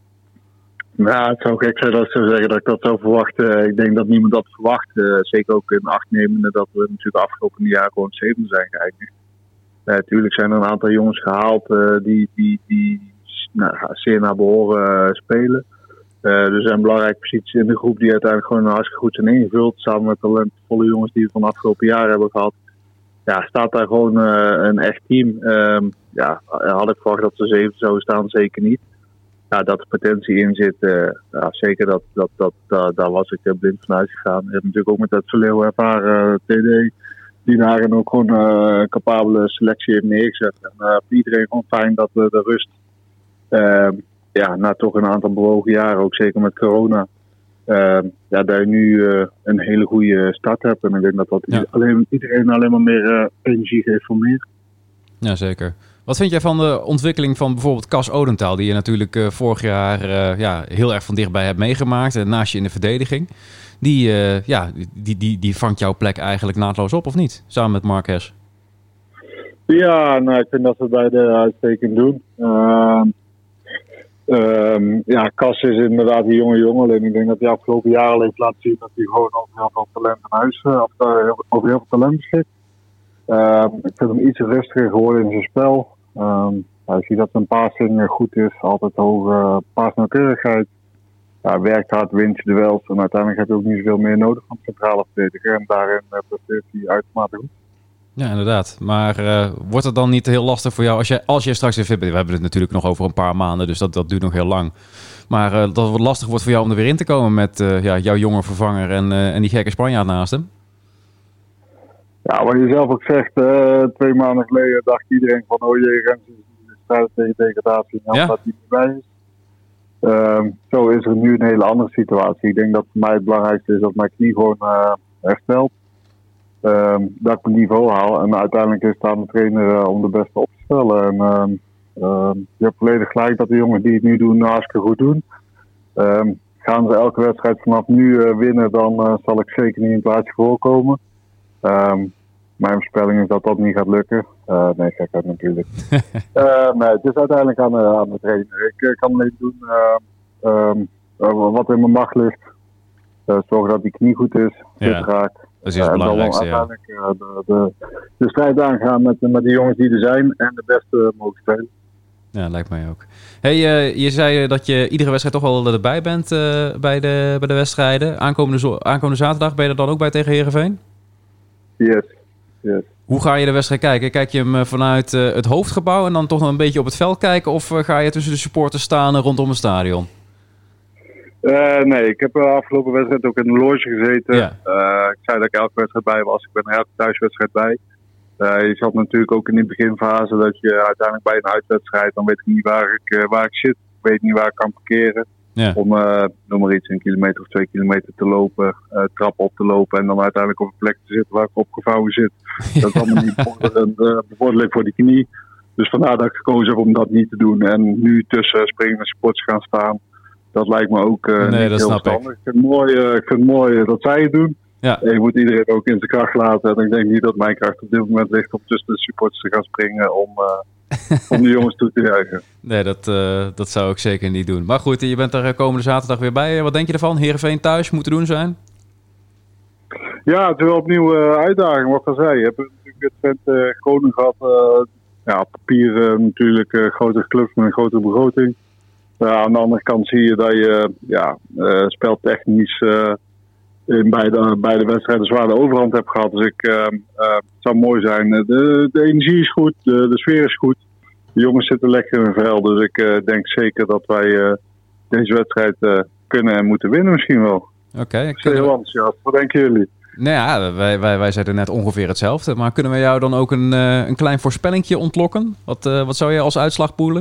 Nou, het zou gek zijn als ik zou zeggen dat ik dat zou verwachten. Ik denk dat niemand dat verwacht. Uh, zeker ook in acht nemende dat we natuurlijk de afgelopen jaar gewoon zevende zijn geëindigd. Natuurlijk uh, zijn er een aantal jongens gehaald uh, die, die, die nou, zeer naar behoren uh, spelen. Uh, er zijn belangrijke posities in de groep die uiteindelijk gewoon hartstikke goed zijn ingevuld. Samen met talentvolle jongens die we van de afgelopen jaar hebben gehad. Ja, staat daar gewoon uh, een echt team. Uh, ja, had ik verwacht dat ze zeven zouden staan, zeker niet. Ja, dat er potentie in zit, uh, ja, zeker dat, dat, dat, dat, daar was ik uh, blind van uitgegaan. Je hebt natuurlijk ook met dat Verleeuw ervaren uh, T D, die daarin ook gewoon uh, een capabele selectie heeft neergezet. En uh, voor iedereen gewoon fijn dat uh, de rust, uh, ja, na toch een aantal bewogen jaren, ook zeker met corona, uh, ja, dat je nu uh, een hele goede start hebt. En ik denk dat dat ja. alleen, iedereen alleen maar meer uh, energie geeft voor meer. Ja, zeker. Wat vind jij van de ontwikkeling van bijvoorbeeld Cas Odentaal, die je natuurlijk uh, vorig jaar uh, ja, heel erg van dichtbij hebt meegemaakt, uh, naast je in de verdediging? Die, uh, ja, die, die, die vangt jouw plek eigenlijk naadloos op, of niet? Samen met Marques. Ja, nou, ik vind dat ze het bij de uitstekend doen. Uh, um, ja, Cas is inderdaad een jonge jongen. Alleen ik denk dat hij afgelopen jaren heeft laten zien dat hij gewoon over heel veel talent in huis, uh, of uh, over heel veel talent beschikt. Uh, ik vind hem iets rustiger geworden in zijn spel. Um, ja, je ziet dat zijn passing goed is, altijd hoge paasnauwkeurigheid. Ja, werkt hard, wint je duels en uiteindelijk heb je ook niet zoveel meer nodig van centrale verdediger. En daarin uh, presteert hij uitermate goed. Ja, inderdaad. Maar uh, wordt het dan niet heel lastig voor jou als je, als je straks weer fit bent? We hebben het natuurlijk nog over een paar maanden, dus dat, dat duurt nog heel lang. Maar uh, dat het lastig wordt voor jou om er weer in te komen met uh, ja, jouw jonge vervanger en, uh, en die gekke Spanjaard naast hem? Ja, wat je zelf ook zegt, uh, twee maanden geleden dacht iedereen van oh jee, Rens is strijden tegen degradatie en ja. dat hij niet bij is. Uh, zo is er nu een hele andere situatie. Ik denk dat voor mij het belangrijkste is dat mijn knie gewoon uh, herstelt. Uh, dat ik mijn niveau haal en uiteindelijk is het aan de trainer uh, om de beste op te stellen. En, uh, uh, je hebt volledig gelijk dat de jongens die het nu doen hartstikke goed doen. Uh, gaan ze elke wedstrijd vanaf nu uh, winnen, dan uh, zal ik zeker niet in het laatste voorkomen. Um, mijn voorspelling is dat dat niet gaat lukken. Uh, nee, gekheid natuurlijk. uh, nee, het is uiteindelijk aan, uh, aan de trainer. Ik uh, kan alleen doen uh, um, uh, wat in mijn macht ligt. Uh, zorgen dat die knie goed is, fit ja, raakt. Dat is het uh, belangrijkste, en dan uiteindelijk uh, de, de, de strijd aangaan met, met de jongens die er zijn en de beste uh, mogen spelen. Ja, lijkt mij ook. Hey, uh, je zei dat je iedere wedstrijd toch wel erbij bent uh, bij, de, bij de wedstrijden. Aankomende, zo- aankomende zaterdag ben je er dan ook bij tegen Heerenveen? Yes, yes. Hoe ga je de wedstrijd kijken? Kijk je hem vanuit uh, het hoofdgebouw en dan toch nog een beetje op het veld kijken? Of uh, ga je tussen de supporters staan uh, rondom het stadion? Uh, nee, ik heb de uh, afgelopen wedstrijd ook in de loge gezeten. Ja. Uh, ik zei dat ik elke wedstrijd bij was. Ik ben er elke thuiswedstrijd bij. Uh, je zat natuurlijk ook in die beginfase dat je uiteindelijk bij een uitwedstrijd, dan weet ik niet waar ik, uh, waar ik zit. Ik weet niet waar ik kan parkeren. Ja. Om, uh, noem maar iets, een kilometer of twee kilometer te lopen, uh, trappen op te lopen en dan uiteindelijk op een plek te zitten waar ik opgevouwen zit. Ja. Dat is allemaal niet bevorderlijk, uh, bevorderlijk voor die knie. Dus vandaar dat ik gekozen heb om dat niet te doen. En nu tussen springende sports gaan staan, dat lijkt me ook uh, nee, niet heel verstandig. Ik vind het mooi, uh, ik vind het mooi uh, dat zij het doen. Ja. Je moet iedereen ook in zijn kracht laten. En ik denk niet dat mijn kracht op dit moment ligt om tussen de supporters te gaan springen om, uh, om de jongens toe te juichen. Nee, dat, uh, dat zou ik zeker niet doen. Maar goed, je bent er komende zaterdag weer bij. Wat denk je ervan? Heerenveen thuis moet te doen zijn? Ja, het is wel opnieuw uh, uitdaging, wat ik al zei. Je hebt natuurlijk het Twente uh, Groningen gehad. Uh, ja, op papier uh, natuurlijk uh, grotere clubs met een grotere begroting. Uh, aan de andere kant zie je dat je ja, uh, speltechnisch uh, in beide, beide wedstrijden zwaar de overhand hebt gehad. Dus ik, uh, uh, het zou mooi zijn. De, de energie is goed, de, de sfeer is goed. De jongens zitten lekker in hun vel. Dus ik uh, denk zeker dat wij uh, deze wedstrijd uh, kunnen en moeten winnen misschien wel. Oké. Okay, ik ben heel enthousiast. Wat denken jullie? Nou ja, wij, wij, wij zeiden net ongeveer hetzelfde. Maar kunnen we jou dan ook een, uh, een klein voorspellingje ontlokken? Wat, uh, wat zou je als uitslag poelen?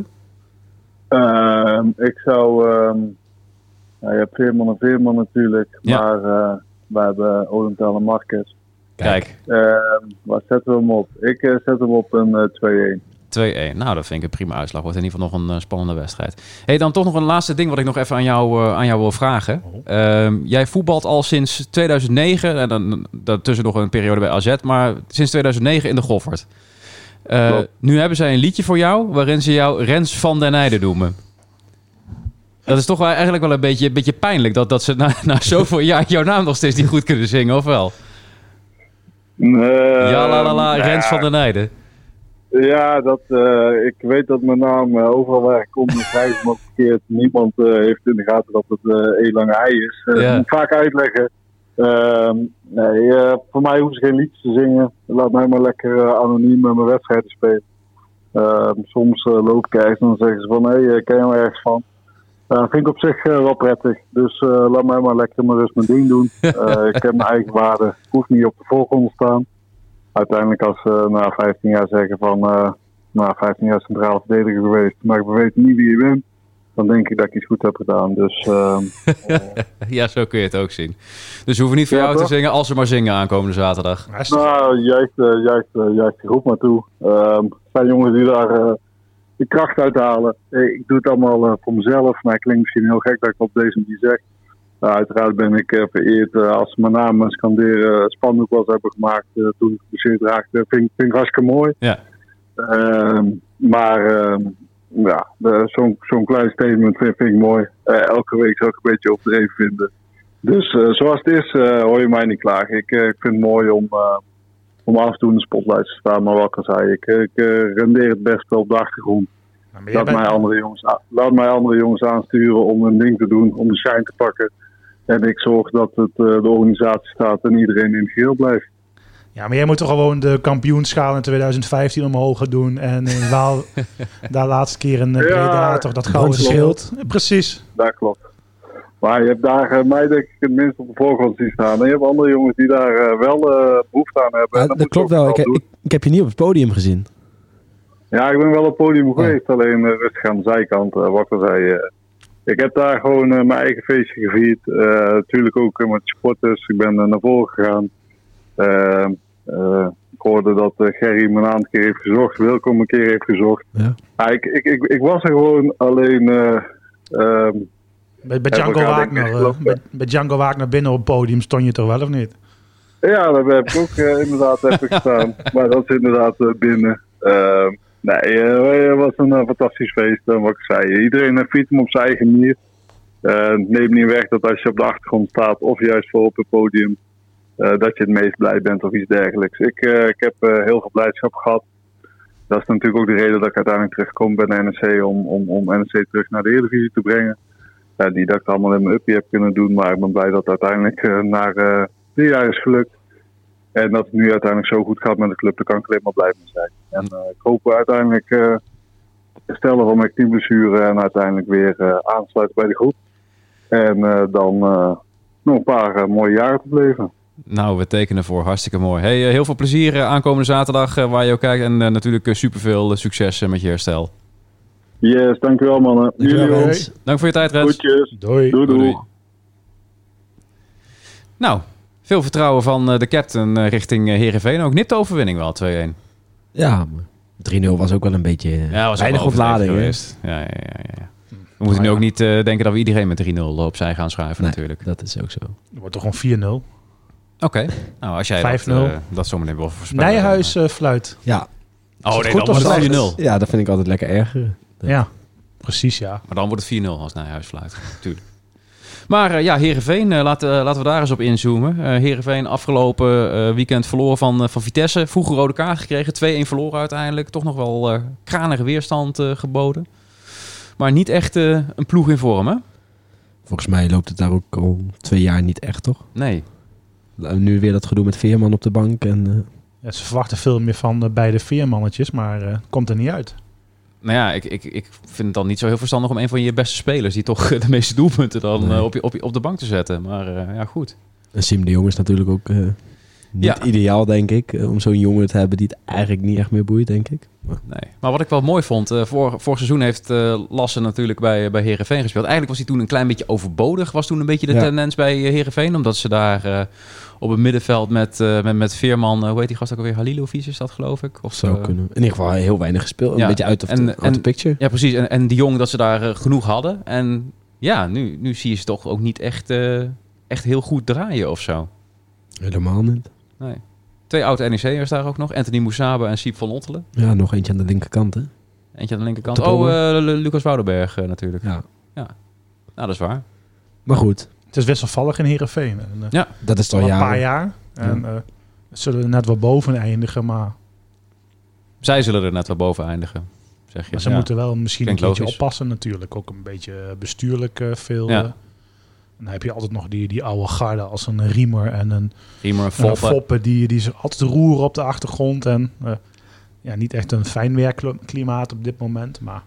Uh, ik zou... Uh, nou, je hebt Veerman en Veerman natuurlijk. Ja. Maar uh, wij hebben Odenthal en Marquez. Kijk. Uh, waar zetten we hem op? Ik uh, zet hem op een uh, twee-een. twee-een. Nou, dat vind ik een prima uitslag. Wordt in ieder geval nog een uh, spannende wedstrijd. Hey, dan toch nog een laatste ding wat ik nog even aan jou, uh, aan jou wil vragen. Oh. Uh, jij voetbalt al sinds tweeduizend negen. En dan daartussen nog een periode bij A Z. Maar sinds tweeduizend negen in de Goffert. Uh, nu hebben zij een liedje voor jou waarin ze jou Rens van den Eijden noemen. Dat is toch wel eigenlijk wel een beetje, een beetje pijnlijk dat, dat ze na, na zoveel jaar jouw naam nog steeds niet goed kunnen zingen, of wel? Uh, ja, la la la, uh, Rens van den Eijden. Ja, dat, uh, ik weet dat mijn naam uh, overal waar ik kom, schrijf me verkeerd. Niemand uh, heeft in de gaten dat het uh, een lange ei is. Uh, ja. Moet vaak uitleggen. Uh, nee, uh, voor mij hoeven ze geen liedjes te zingen. Laat mij maar lekker uh, anoniem met mijn wedstrijden spelen. Uh, soms uh, loop ik ergens en dan zeggen ze van, hé, hey, ken je nou ergens van? Dat uh, vind ik op zich uh, wel prettig. Dus uh, laat mij maar lekker maar rust mijn ding doen. Uh, ik heb mijn eigen waarde. Ik hoef niet op de voorgrond te staan. Uiteindelijk als ze uh, na vijftien jaar zeggen van... Uh, na vijftien jaar centrale verdediger geweest, maar ik weet niet wie je bent. Dan denk ik dat ik iets goed heb gedaan. Dus, uh, uh, ja, zo kun je het ook zien. Dus we hoeven niet voor ja, jou toch? te zingen als ze maar zingen aankomende zaterdag. Nou, juist, uh, juist, uh, juist de groep maar toe. Uh, er zijn jongens die daar uh, de kracht uithalen. Ik doe het allemaal uh, voor mezelf. Maar het klinkt misschien heel gek dat ik op deze manier zeg. Uh, uiteraard ben ik uh, vereerd uh, als ze mijn naam uh, scanderen uh, spandoek was hebben gemaakt uh, toen ik geblesseerd raakte. Vind, vind ik hartstikke mooi. Ja. Uh, maar... Uh, Ja, zo'n, zo'n klein statement vind, vind ik mooi. Uh, elke week zou ik een beetje overdreven vinden. Dus uh, zoals het is, uh, hoor je mij niet klagen. Ik, uh, ik vind het mooi om, uh, om af en toe in de spotlight te staan. Maar wat ik al zei, ik, ik uh, rendeer het beste op de achtergrond. Ja, laat, bent... mij andere jongens aan, laat mij andere jongens aansturen om hun ding te doen, om de shine te pakken. En ik zorg dat het, uh, de organisatie staat en iedereen in het geheel blijft. Ja, maar jij moet toch gewoon de kampioenschaal in tweeduizend vijftien omhoog gaan doen. En in Waal, daar laatste keer een Predator, dat gouden schild. Precies. Dat klopt. Maar je hebt daar uh, mij denk ik het minst op de voorgrond zien staan. En je hebt andere jongens die daar uh, wel uh, behoefte aan hebben. Ja, dat dat klopt wel. Ik, ik, ik heb je niet op het podium gezien. Ja, ik ben wel op het podium geweest. Ja. Alleen uh, rustig aan de zijkant. Uh, wat ik al zei. Uh, ik heb daar gewoon uh, mijn eigen feestje gevierd. Uh, natuurlijk ook uh, met supporters. Ik ben uh, naar voren gegaan. Uh, Uh, ik hoorde dat uh, Gerry me een aantal keer heeft gezocht, Wilco me een keer heeft gezocht. Ja. Ah, ik, ik, ik, ik was er gewoon alleen... Uh, um, bij, bij, Django Wagner, uh, bij, bij Django Wagner binnen op het podium stond je toch wel, of niet? Ja, daar heb ik ook uh, inderdaad even gestaan. Maar dat is inderdaad uh, binnen. Uh, nee, het uh, was een uh, fantastisch feest, uh, wat ik zei. Iedereen viert hem op zijn eigen manier. Uh, neem niet weg dat als je op de achtergrond staat of juist voor op het podium... Uh, dat je het meest blij bent of iets dergelijks. Ik, uh, ik heb uh, heel veel blijdschap gehad. Dat is natuurlijk ook de reden dat ik uiteindelijk terugkom bij de N E C om, om, om N E C terug naar de Eredivisie te brengen. Uh, die dat ik het allemaal in mijn uppie heb kunnen doen, maar ik ben blij dat het uiteindelijk uh, na uh, drie jaar is gelukt. En dat het nu uiteindelijk zo goed gaat met de club, daar kan ik alleen maar blij mee zijn. En uh, ik hoop uiteindelijk uh, herstellen van mijn knieblessure en uiteindelijk weer uh, aansluiten bij de groep. En uh, dan uh, nog een paar uh, mooie jaren te beleven. Nou, we tekenen voor. Hartstikke mooi. Hey, heel veel plezier uh, aankomende zaterdag uh, waar je ook kijkt. En uh, natuurlijk uh, superveel uh, succes uh, met je herstel. Yes, dankjewel mannen. Jullie ook. Dank voor je tijd, Rens. Goedjes. Doei. Doei, doei. doei. Nou, veel vertrouwen van uh, de captain uh, richting uh, Heerenveen. Ook nipt de overwinning wel, twee-een. Ja, drie nul was ook wel een beetje ja, was weinig ontlading geweest. Ja, ja, ja, ja. We moeten nu ook niet uh, denken dat we iedereen met drie nul opzij gaan schuiven nee, natuurlijk. Dat is ook zo. Het wordt toch gewoon vier nul. Oké, okay. Nou als jij vijf nul. dat, uh, dat zometeen wil voorspellen. Nijhuis uh, fluit. Ja. Oh nee, goed dan of wordt het slecht? vier nul. Ja, dat vind ik altijd lekker erger. Ja, precies, ja. Maar dan wordt het vier nul als Nijhuis fluit. Tuurlijk. Maar uh, ja, Heerenveen, uh, laten, uh, laten we daar eens op inzoomen. Uh, Heerenveen afgelopen uh, weekend verloren van, uh, van Vitesse. Vroege rode kaart gekregen. twee-een verloren uiteindelijk. Toch nog wel uh, kranige weerstand uh, geboden. Maar niet echt uh, een ploeg in vorm, hè? Volgens mij loopt het daar ook al twee jaar niet echt, toch? Nee. Nu weer dat gedoe met Veerman op de bank. En, uh... Ja, ze verwachten veel meer van uh, beide veermannetjes, maar uh, komt er niet uit. Nou ja, ik, ik, ik vind het dan niet zo heel verstandig om een van je beste spelers... die toch de meeste doelpunten dan nee. uh, op, je, op, je, op de bank te zetten. Maar uh, ja, goed. En Siem de Jong is natuurlijk ook uh, niet Ja. ideaal, denk ik. Uh, om zo'n jongen te hebben die het eigenlijk niet echt meer boeit, denk ik. Maar... Nee. Maar wat ik wel mooi vond... Uh, vor, vorig seizoen heeft uh, Lasse natuurlijk bij, bij Heerenveen gespeeld. Eigenlijk was hij toen een klein beetje overbodig. Was toen een beetje de Ja. tendens bij uh, Heerenveen. Omdat ze daar uh, op het middenveld met, uh, met, met Veerman... Uh, hoe heet die gast ook alweer? Halilovic is dat, geloof ik? Of Zou uh, kunnen. In ieder geval heel weinig gespeeld. Ja. Een beetje uit of En- the, out en- the picture. Ja, precies. En, en die Jong dat ze daar uh, genoeg hadden. En ja, nu, nu zie je ze toch ook niet echt, uh, echt heel goed draaien of zo. Helemaal niet. Nee. Twee oude N E C'ers daar ook nog. Anthony Moussabe en Siep van Ottelen. Ja, nog eentje aan de linkerkant, hè? Eentje aan de linkerkant. Op de Oh, bommen. uh, Lucas Woudenberg uh, natuurlijk. Ja. Nou, dat is waar. Maar goed, Het is wisselvallig in Heerenveen. En, uh, Ja. dat is al toch een jaren. paar jaar. En uh, ze zullen er net wel boven eindigen, maar, Zij zullen er net wel boven eindigen, zeg je. maar ze Ja. moeten wel misschien Klinkt een keertje logisch. oppassen natuurlijk. Ook een beetje bestuurlijk uh, veel. Ja. Uh, en dan heb je altijd nog die, die oude garde als een Riemer en een Riemer, En een Foppe. Foppe die, die zich altijd roeren op de achtergrond. En uh, ja, niet echt een fijn werkklimaat op dit moment. Maar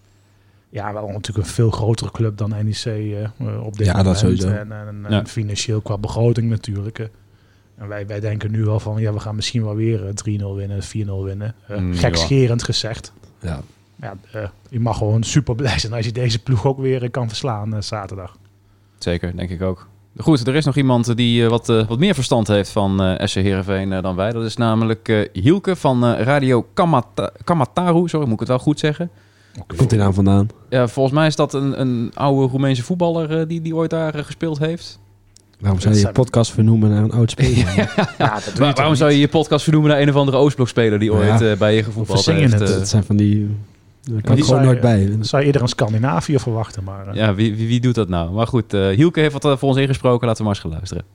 ja, wel natuurlijk een veel grotere club dan N E C uh, op dit Ja, dat moment. sowieso. En, en, en Ja. financieel qua begroting natuurlijk. Uh. En wij, wij denken nu wel van, ja, we gaan misschien wel weer uh, drie nul winnen, vier nul winnen. Uh, Mm, gekscherend gezegd. Ja. Ja, uh, je mag gewoon super blij zijn als je deze ploeg ook weer uh, kan verslaan uh, zaterdag. Zeker, denk ik ook. Goed, er is nog iemand die uh, wat, uh, wat meer verstand heeft van uh, S C Heerenveen uh, dan wij. Dat is namelijk uh, Hielke van uh, Radio Kamata- Kamataru. Sorry, moet ik het wel goed zeggen? Okay. Komt hij nou vandaan? Ja, volgens mij is dat een, een oude Roemeense voetballer uh, die, die ooit daar uh, gespeeld heeft. Waarom zou je je podcast vernoemen naar een oud speler? Ja, dat doe je Waar, toch waarom niet? zou je je podcast vernoemen naar een of andere Oostblokspeler die Nou ooit ja. uh, bij je gevoetbald verzing je heeft? het? uh, Dat zijn van die... Daar kan die ik gewoon zou nooit je- bij. Dat zou je eerder een Scandinavië verwachten, maar... uh, ja, wie, wie, wie doet dat nou? Maar goed, uh, Hielke heeft wat uh, voor ons ingesproken. Laten we maar eens gaan luisteren.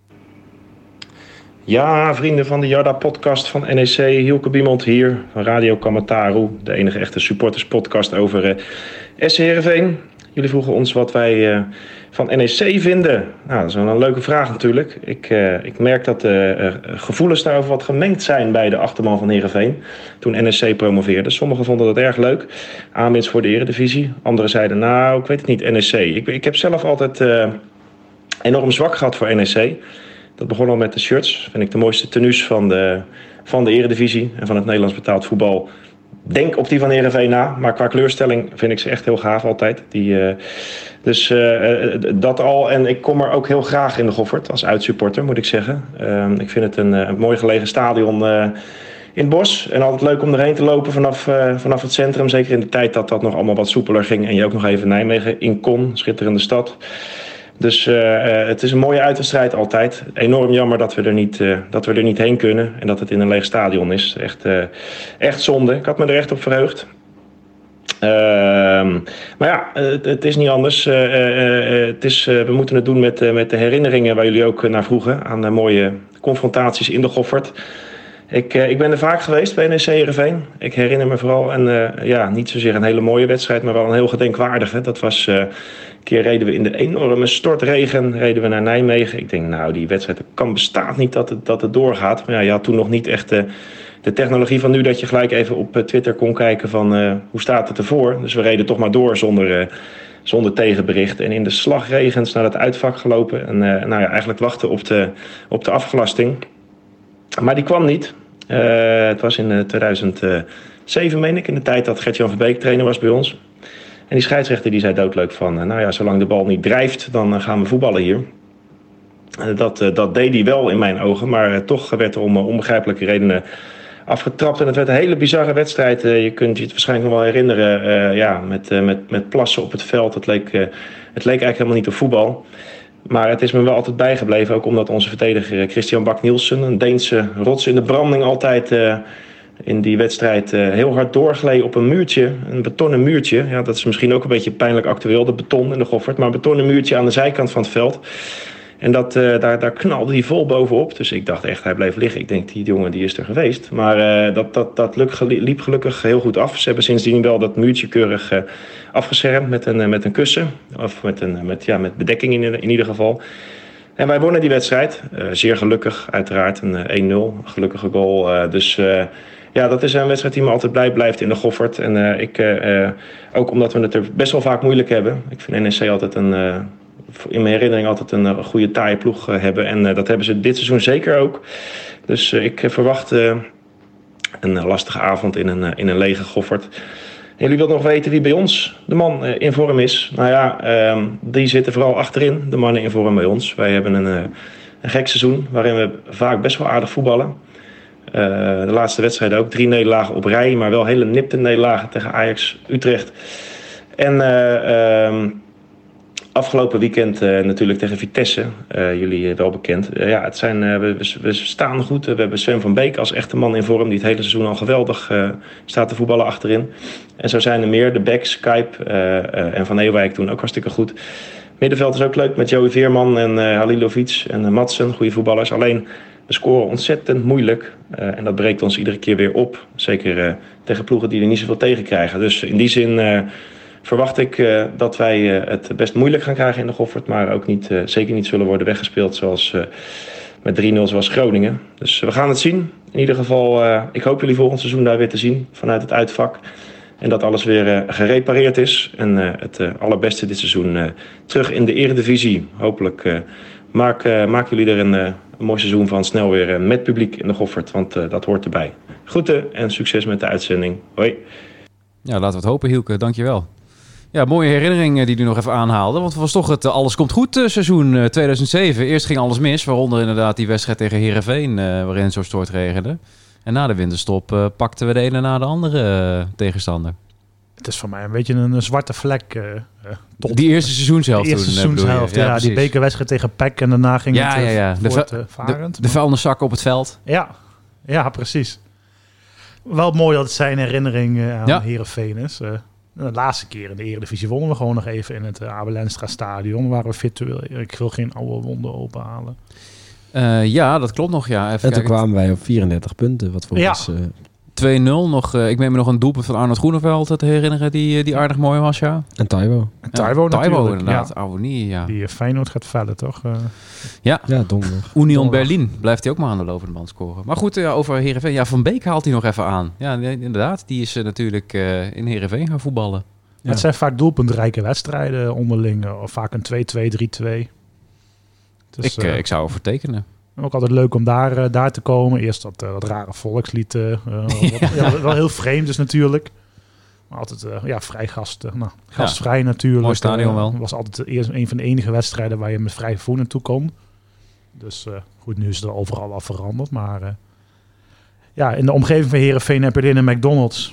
Ja, vrienden van de Jarda-podcast van N E C. Hielke Biemond hier van Radio Kamataru. De enige echte supporterspodcast over uh, S C Heerenveen. Jullie vroegen ons wat wij uh, van N E C vinden. Nou, dat is wel een leuke vraag natuurlijk. Ik, uh, ik merk dat de uh, gevoelens daarover wat gemengd zijn bij de achterman van Heerenveen. Toen N E C promoveerde. Sommigen vonden dat erg leuk. Aanwinst voor de eredivisie. Anderen zeiden, nou, ik weet het niet, N E C. Ik, ik heb zelf altijd uh, enorm zwak gehad voor N E C. Dat begon al met de shirts. Vind ik de mooiste tenues van de, van de eredivisie en van het Nederlands betaald voetbal. Denk op die van Heerenveen na, maar qua kleurstelling vind ik ze echt heel gaaf altijd. Die, uh, dus uh, dat al. En ik kom er ook heel graag in de Goffert als uitsupporter, moet ik zeggen. Uh, ik vind het een, een mooi gelegen stadion uh, in het bos. En altijd leuk om erheen te lopen vanaf, uh, vanaf het centrum. Zeker in de tijd dat dat nog allemaal wat soepeler ging. En je ook nog even Nijmegen in kon. Schitterende stad. Dus uh, uh, het is een mooie uitwedstrijd altijd. Enorm jammer dat we, er niet, uh, dat we er niet heen kunnen. En dat het in een leeg stadion is. Echt, uh, echt zonde. Ik had me er echt op verheugd. Uh, maar ja, het, het is niet anders. Uh, uh, uh, het is, uh, we moeten het doen met, uh, met de herinneringen waar jullie ook naar vroegen. Aan de mooie confrontaties in de Goffert. Ik, uh, ik ben er vaak geweest bij N E C Heerenveen. Ik herinner me vooral een, uh, ja, niet zozeer een hele mooie wedstrijd, maar wel een heel gedenkwaardige. Dat was, uh, een keer reden we in de enorme stortregen reden we naar Nijmegen. Ik denk, nou, die wedstrijd kan bestaat niet dat het, dat het doorgaat. Maar ja, je had toen nog niet echt uh, de technologie van nu dat je gelijk even op uh, Twitter kon kijken van uh, hoe staat het ervoor. Dus we reden toch maar door zonder, uh, zonder tegenbericht. En in de slagregens naar het uitvak gelopen. En uh, nou ja, eigenlijk wachten op de, op de afgelasting. Maar die kwam niet. Uh, het was in uh, tweeduizend zeven, meen ik, in de tijd dat Gert-Jan Verbeek trainer was bij ons. En die scheidsrechter die zei doodleuk van, uh, nou ja, zolang de bal niet drijft, dan uh, gaan we voetballen hier. Uh, dat, uh, dat deed hij wel in mijn ogen, maar uh, toch werd er om uh, onbegrijpelijke redenen afgetrapt. En het werd een hele bizarre wedstrijd. Uh, je kunt je het waarschijnlijk nog wel herinneren, uh, ja, met, uh, met, met plassen op het veld. Het leek, uh, het leek eigenlijk helemaal niet op voetbal. Maar het is me wel altijd bijgebleven, ook omdat onze verdediger Christian Bak Nielsen, een Deense rots in de branding, altijd uh, in die wedstrijd uh, heel hard doorgleden op een muurtje. Een betonnen muurtje. Ja, dat is misschien ook een beetje pijnlijk actueel, de beton in de Goffert. Maar een betonnen muurtje aan de zijkant van het veld. En dat, uh, daar, daar knalde hij vol bovenop. Dus ik dacht echt, hij bleef liggen. Ik denk, die jongen die is er geweest. Maar uh, dat, dat, dat liep gelukkig heel goed af. Ze hebben sindsdien wel dat muurtje keurig uh, afgeschermd met een, uh, met een kussen. Of met, een, met, ja, met bedekking in, in ieder geval. En wij wonnen die wedstrijd. Uh, zeer gelukkig, uiteraard. Een uh, één nul, een gelukkige goal. Uh, dus uh, ja, dat is een wedstrijd die me altijd blij blijft in de Goffert. En uh, ik, uh, uh, ook omdat we het er best wel vaak moeilijk hebben. Ik vind N E C altijd een... Uh, in mijn herinnering altijd een uh, goede taaie ploeg uh, hebben. En uh, dat hebben ze dit seizoen zeker ook. Dus uh, ik uh, verwacht uh, een uh, lastige avond in een, uh, in een lege Goffert. En jullie willen nog weten wie bij ons de man uh, in vorm is. Nou ja, uh, die zitten vooral achterin, de mannen in vorm bij ons. Wij hebben een, uh, een gek seizoen waarin we vaak best wel aardig voetballen. Uh, de laatste wedstrijd ook. Drie nederlagen op rij, maar wel hele nipte nederlagen tegen Ajax, Utrecht. En... Uh, uh, Afgelopen weekend uh, natuurlijk tegen Vitesse, uh, jullie uh, wel bekend. Uh, ja, het zijn, uh, we, we staan goed. Uh, we hebben Sven van Beek als echte man in vorm, die het hele seizoen al geweldig uh, staat te voetballen achterin. En zo zijn er meer. De backs, Skype uh, uh, en Van Ewijk doen ook hartstikke goed. Middenveld is ook leuk met Joey Veerman en uh, Halilovic en uh, Madsen, goede voetballers. Alleen, we scoren ontzettend moeilijk. Uh, en dat breekt ons iedere keer weer op. Zeker uh, tegen ploegen die er niet zoveel tegen krijgen. Dus in die zin... Uh, verwacht ik uh, dat wij uh, het best moeilijk gaan krijgen in de Goffert. Maar ook niet, uh, zeker niet zullen worden weggespeeld zoals uh, met drie nul zoals Groningen. Dus uh, we gaan het zien. In ieder geval, uh, ik hoop jullie volgend seizoen daar weer te zien vanuit het uitvak. En dat alles weer uh, gerepareerd is. En uh, het uh, allerbeste dit seizoen uh, terug in de Eredivisie. Hopelijk uh, maak, uh, maken jullie er een, uh, een mooi seizoen van. Snel weer uh, met publiek in de Goffert, want uh, dat hoort erbij. Groeten en succes met de uitzending. Hoi. Ja, laten we het hopen, Hielke. Dankjewel. Ja, mooie herinnering die u nog even aanhaalde. Want het was toch het uh, alles komt goed uh, seizoen uh, tweeduizend zeven. Eerst ging alles mis, waaronder inderdaad die wedstrijd tegen Heerenveen, uh, waarin het zo stort regende. En na de winterstop uh, pakten we de ene na de andere uh, tegenstander. Het is voor mij een beetje een, een zwarte vlek. Uh, tot die eerste seizoenshelft de eerste toen. Seizoenshelft, ja, ja die bekerwedstrijd tegen P E C en daarna ging ja, het uh, ja, ja. De, voortvarend. de, de vuilniszakken op het veld. Ja, ja, precies. Wel mooi dat het zijn herinnering uh, aan ja. Heerenveen is. Uh, De laatste keer in de Eredivisie wonnen we gewoon nog even in het Abel Enstra stadion. Waar we virtueel... Ik wil geen oude wonden openhalen. Uh, ja, dat klopt nog, ja. Even en toen kijken. kwamen wij op vierendertig punten. Wat voor ja. ons... Uh... twee nul nog. Uh, ik meen me nog een doelpunt van Arnold Groeneveld te herinneren die, die aardig mooi was, ja. En Taiwo. En Taiwo ja, natuurlijk. Taiwo inderdaad. Ja. Avonie, ja. Die Feyenoord gaat vellen, toch? Uh, ja. Ja, donderdag. Union donderdag. Berlin blijft hij ook maar aan de lopende band scoren. Maar goed, ja, over Heerenveen. Ja, Van Beek haalt hij nog even aan. Ja, inderdaad. Die is uh, natuurlijk uh, in Heerenveen gaan voetballen. Ja. Het zijn vaak doelpuntrijke wedstrijden onderling. Of vaak een twee twee, drie twee. Dus, ik, uh, uh, ik zou ervoor tekenen. Ook altijd leuk om daar, uh, daar te komen. Eerst dat, uh, dat rare volkslied. Uh, ja. Ja, wel heel vreemd dus natuurlijk. Maar altijd uh, ja, vrij gast, uh, nou, gastvrij ja. natuurlijk. Mooi stadion uh, wel. Het was altijd eerst een van de enige wedstrijden waar je met vrij vervoer naartoe kon. Dus uh, goed, nu is het er overal al veranderd. Maar uh, ja, in de omgeving van Heerenveen heb je in een McDonald's.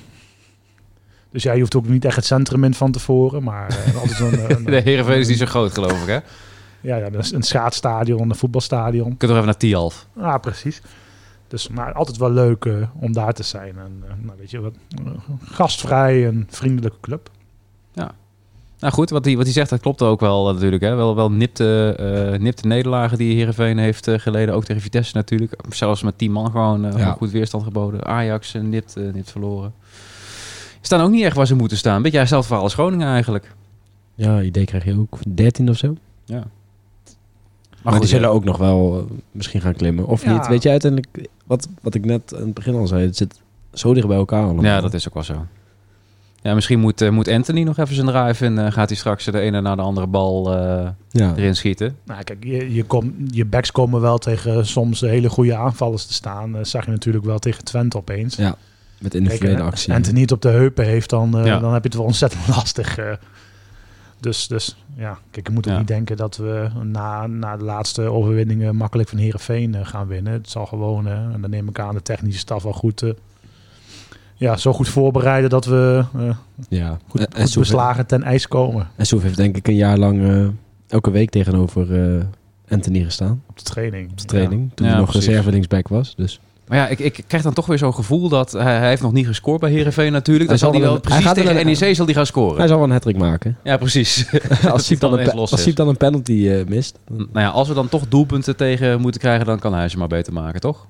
Dus ja, je hoeft ook niet echt het centrum in van tevoren. Maar uh, altijd een, een, de Heerenveen is niet zo groot, geloof ik, hè? Ja, ja, een schaatsstadion, een voetbalstadion. Je kunt nog even naar Tialf. Ja, precies. Dus maar altijd wel leuk uh, om daar te zijn. En uh, nou, weet je, wat uh, gastvrij en vriendelijke club. Ja. Nou goed, wat hij wat zegt, dat klopt ook wel uh, natuurlijk. Hè? Wel, wel nipte, uh, nipte nederlagen die Heerenveen heeft uh, geleden. Ook tegen Vitesse natuurlijk. Zelfs met tien man gewoon uh, ja. goed weerstand geboden. Ajax uh, nipt, uh, nipt verloren. Staan ook niet echt waar ze moeten staan. Beetje hetzelfde verhaal als Groningen eigenlijk. Ja, idee krijg je ook. dertien of zo. Ja. Maar, maar goed, die zullen ja. ook nog wel uh, misschien gaan klimmen. Of ja. niet. Weet je, uiteindelijk, wat, wat ik net aan het begin al zei, het zit zo dicht bij elkaar allemaal. Ja, dat is ook wel zo. Ja, misschien moet, uh, moet Anthony nog even zijn drive en uh, gaat hij straks de ene na de andere bal uh, ja. erin schieten. Nou, kijk, je, je, kom, je backs komen wel tegen soms hele goede aanvallers te staan. Dat uh, zag je natuurlijk wel tegen Twente opeens. Ja, met individuele kijk, actie. En Anthony niet op de heupen heeft, dan, uh, ja. dan heb je het wel ontzettend lastig. Uh, Dus, dus ja, kijk, je moet ook ja. niet denken dat we na, na de laatste overwinningen makkelijk van Heerenveen uh, gaan winnen. Het zal gewoon, uh, en dan neem ik aan de technische staf wel goed, uh, ja, zo goed voorbereiden dat we uh, ja. goed, en, goed beslagen heeft, ten ijs komen. En Soef heeft denk ik een jaar lang uh, elke week tegenover uh, Anthony gestaan. Op de training. Op de training, ja. toen ja, hij nog precies. reserve linksback was. Dus. Maar ja, ik, ik krijg dan toch weer zo'n gevoel dat hij, hij heeft nog niet gescoord bij Heerenveen natuurlijk. Dan zal hij wel een, precies hij tegen een, N E C zal hij gaan scoren. Hij zal wel een hat-trick maken. Ja, precies. als Siep dan, dan, dan, dan een penalty uh, mist. Nou ja, als we dan toch doelpunten tegen moeten krijgen, dan kan hij ze maar beter maken, toch?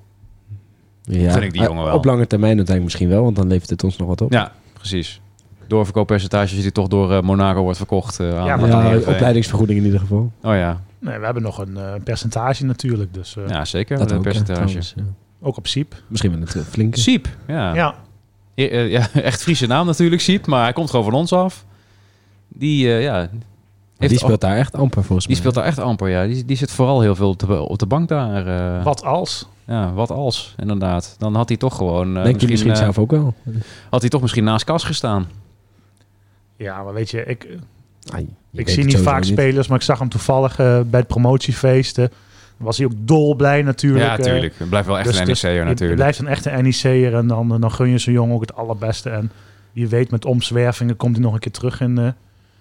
Ja, vind ik die jongen wel. Op lange termijn uiteindelijk misschien wel, want dan levert het ons nog wat op. Ja, precies. Doorverkooppercentage die toch door uh, Monaco wordt verkocht. Uh, aan ja, maar ja, opleidingsvergoeding in ieder geval. Oh ja. Nee, we hebben nog een uh, percentage natuurlijk. Dus, uh, ja, zeker. Dat een ook, percentage. Ja, trouwens, ja. Ook op Siep. Misschien wel een flinke. Siep, ja. Ja. Ja, uh, ja. Echt Friese naam natuurlijk, Siep. Maar hij komt gewoon van ons af. Die, uh, ja... Heeft die speelt al... daar echt amper volgens die mij. Die speelt daar echt amper, ja. Die, die zit vooral heel veel te, op de bank daar. Uh, wat als? Ja, wat als, inderdaad. Dan had hij toch gewoon... Uh, Denk je misschien uh, zelf ook wel? Had hij toch misschien naast Kas gestaan. Ja, maar weet je, ik, Ai, je ik zie niet vaak niet. spelers, maar ik zag hem toevallig uh, bij het promotiefeesten. Was hij ook dolblij natuurlijk. Ja, tuurlijk. Het blijft wel echt dus, een N E C'er dus natuurlijk. Het blijft een echte N E C'er en dan, dan gun je zo'n jongen ook het allerbeste. En wie weet met omzwervingen komt hij nog een keer terug in, uh,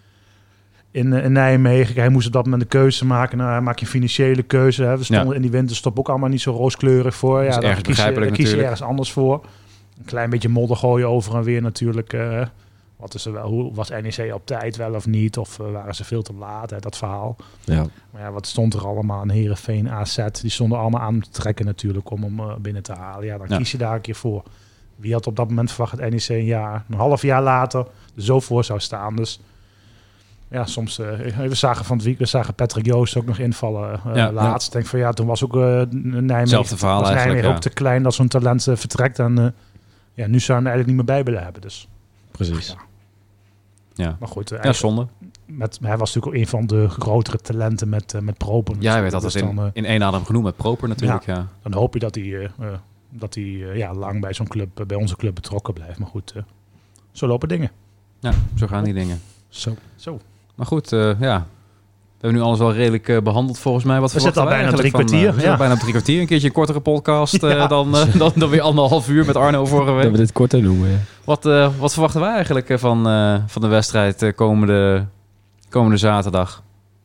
in, uh, in Nijmegen. Hij moest op dat moment een keuze maken. Nou, hij maakt je een financiële keuze. Hè. We stonden ja. in die winterstop ook allemaal niet zo rooskleurig voor. Ja, dan kies je, dan kies je ergens anders voor. Een klein beetje modder gooien over en weer natuurlijk. Uh, Wat is er wel, hoe was N E C op tijd wel of niet? Of uh, waren ze veel te laat? Hè, dat verhaal. Ja. Maar ja, wat stond er allemaal aan Heerenveen, A Z? Die stonden allemaal aan te trekken natuurlijk om hem uh, binnen te halen. Ja, dan ja. kies je daar een keer voor. Wie had op dat moment verwacht dat N E C een jaar, een half jaar later er zo voor zou staan? Dus ja, soms... Uh, we zagen van het week, we zagen Patrick Joost ook nog invallen uh, ja, laatst. Ja. Denk van ja, toen was ook uh, Nijmegen, hetzelfde verhaal was eigenlijk, Nijmegen ja. ook te klein dat zo'n talent uh, vertrekt. En uh, ja, nu zou hij eigenlijk niet meer bij willen hebben. Dus precies. Ja. Ja, maar goed. Ja, zonde. Met, hij was natuurlijk ook een van de grotere talenten met, uh, met Proper. Ja, hij werd altijd dus in, uh, in één adem genoemd met Proper natuurlijk. Ja, ja. Dan hoop je dat hij, uh, uh, dat hij uh, ja, lang bij zo'n club, uh, bij onze club betrokken blijft. Maar goed, uh, zo lopen dingen. Ja, zo gaan die dingen. Zo. zo. Maar goed, uh, ja. We hebben nu alles wel redelijk uh, behandeld volgens mij. Wat we zitten al bijna drie kwartier. Van, uh, ja. bijna drie kwartier. Een keertje een kortere podcast uh, ja. dan, uh, dan, dan weer anderhalf uur met Arno vorige week. Dat we dit korter noemen, ja. Wat, uh, wat verwachten wij eigenlijk van, uh, van de wedstrijd uh, komende, komende zaterdag?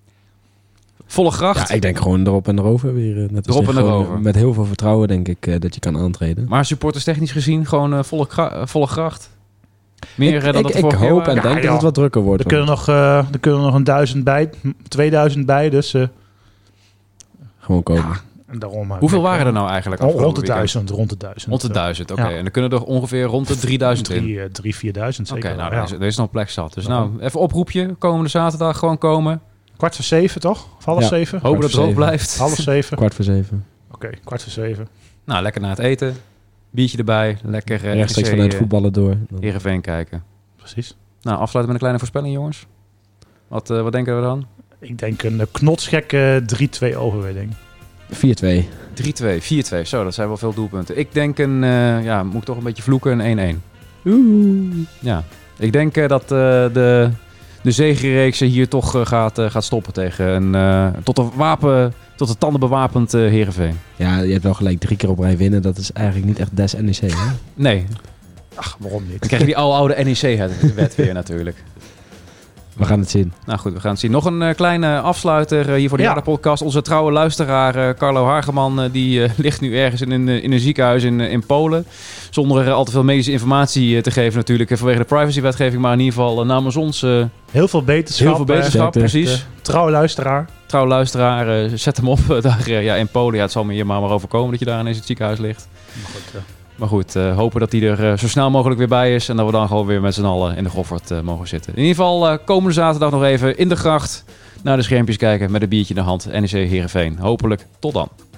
Volle gracht? Ja, ik denk gewoon erop en erover weer. Uh, net erop en erover. Met heel veel vertrouwen denk ik uh, dat je kan aantreden. Maar supporters technisch gezien gewoon uh, volle, gra- volle gracht? Meer ik, dan ik, dat ik hoop en ja, denk ja. dat het wat drukker wordt. Er kunnen nog, uh, er kunnen nog een duizend bij, tweeduizend bij, dus... Uh, gewoon komen. Ja, en daarom, uh, Hoeveel waren er nou eigenlijk? Oh, rond de duizend, rond de duizend. Rond de duizend, oké. Okay. Ja. En dan kunnen er ongeveer rond de drieduizend Drie, in. uh, drie, vierduizend zeker. Oké, okay, nou, ja. er, is, er is nog plek zat. Dus ja. nou, even oproepje. Komende zaterdag gewoon komen. Kwart voor zeven, toch? Of half ja. zeven? Hopen dat het droog blijft. Half zeven. Kwart voor zeven. Oké, okay, kwart voor zeven. Nou, lekker na het eten. Biertje erbij. Lekker uh, rechtstreeks vanuit voetballen door. Heerenveen kijken. Precies. Nou, afsluiten met een kleine voorspelling, jongens. Wat, uh, wat denken we dan? Ik denk een knotsgekke drie twee overwinning. vier twee. drie twee, vier twee. Zo, dat zijn wel veel doelpunten. Ik denk een, uh, ja, moet ik toch een beetje vloeken, een één-één. Oeh. Ja, ik denk uh, dat uh, de, de zegenreeks hier toch uh, gaat, uh, gaat stoppen tegen een uh, tot de wapen, tot de tanden bewapend uh, Heerenveen. Ja, je hebt wel gelijk drie keer op rij winnen. Dat is eigenlijk niet echt des N E C, hè? Nee. Ach, waarom niet? Dan krijg je die oude, oude N E C-wet weer natuurlijk. We gaan het zien. Nou goed, we gaan het zien. Nog een uh, kleine afsluiter uh, hier voor de ja. Jarda-podcast. Onze trouwe luisteraar uh, Carlo Hageman, uh, die uh, ligt nu ergens in een, uh, in een ziekenhuis in, uh, in Polen. Zonder uh, al te veel medische informatie uh, te geven natuurlijk, uh, vanwege de privacywetgeving. Maar in ieder geval uh, namens ons... Uh, heel veel beterschap. Heel veel beterschap, uh, precies. De, de trouwe luisteraar. Trouwe luisteraar, uh, zet hem op uh, daar uh, ja, in Polen. Ja, het zal me hier maar, maar overkomen dat je daar ineens in het ziekenhuis ligt. Maar goed, uh. Maar goed, uh, hopen dat hij er uh, zo snel mogelijk weer bij is. En dat we dan gewoon weer met z'n allen in de Goffert uh, mogen zitten. In ieder geval uh, komende zaterdag nog even in de gracht naar de schermpjes kijken met een biertje in de hand. N E C Heerenveen. Hopelijk tot dan.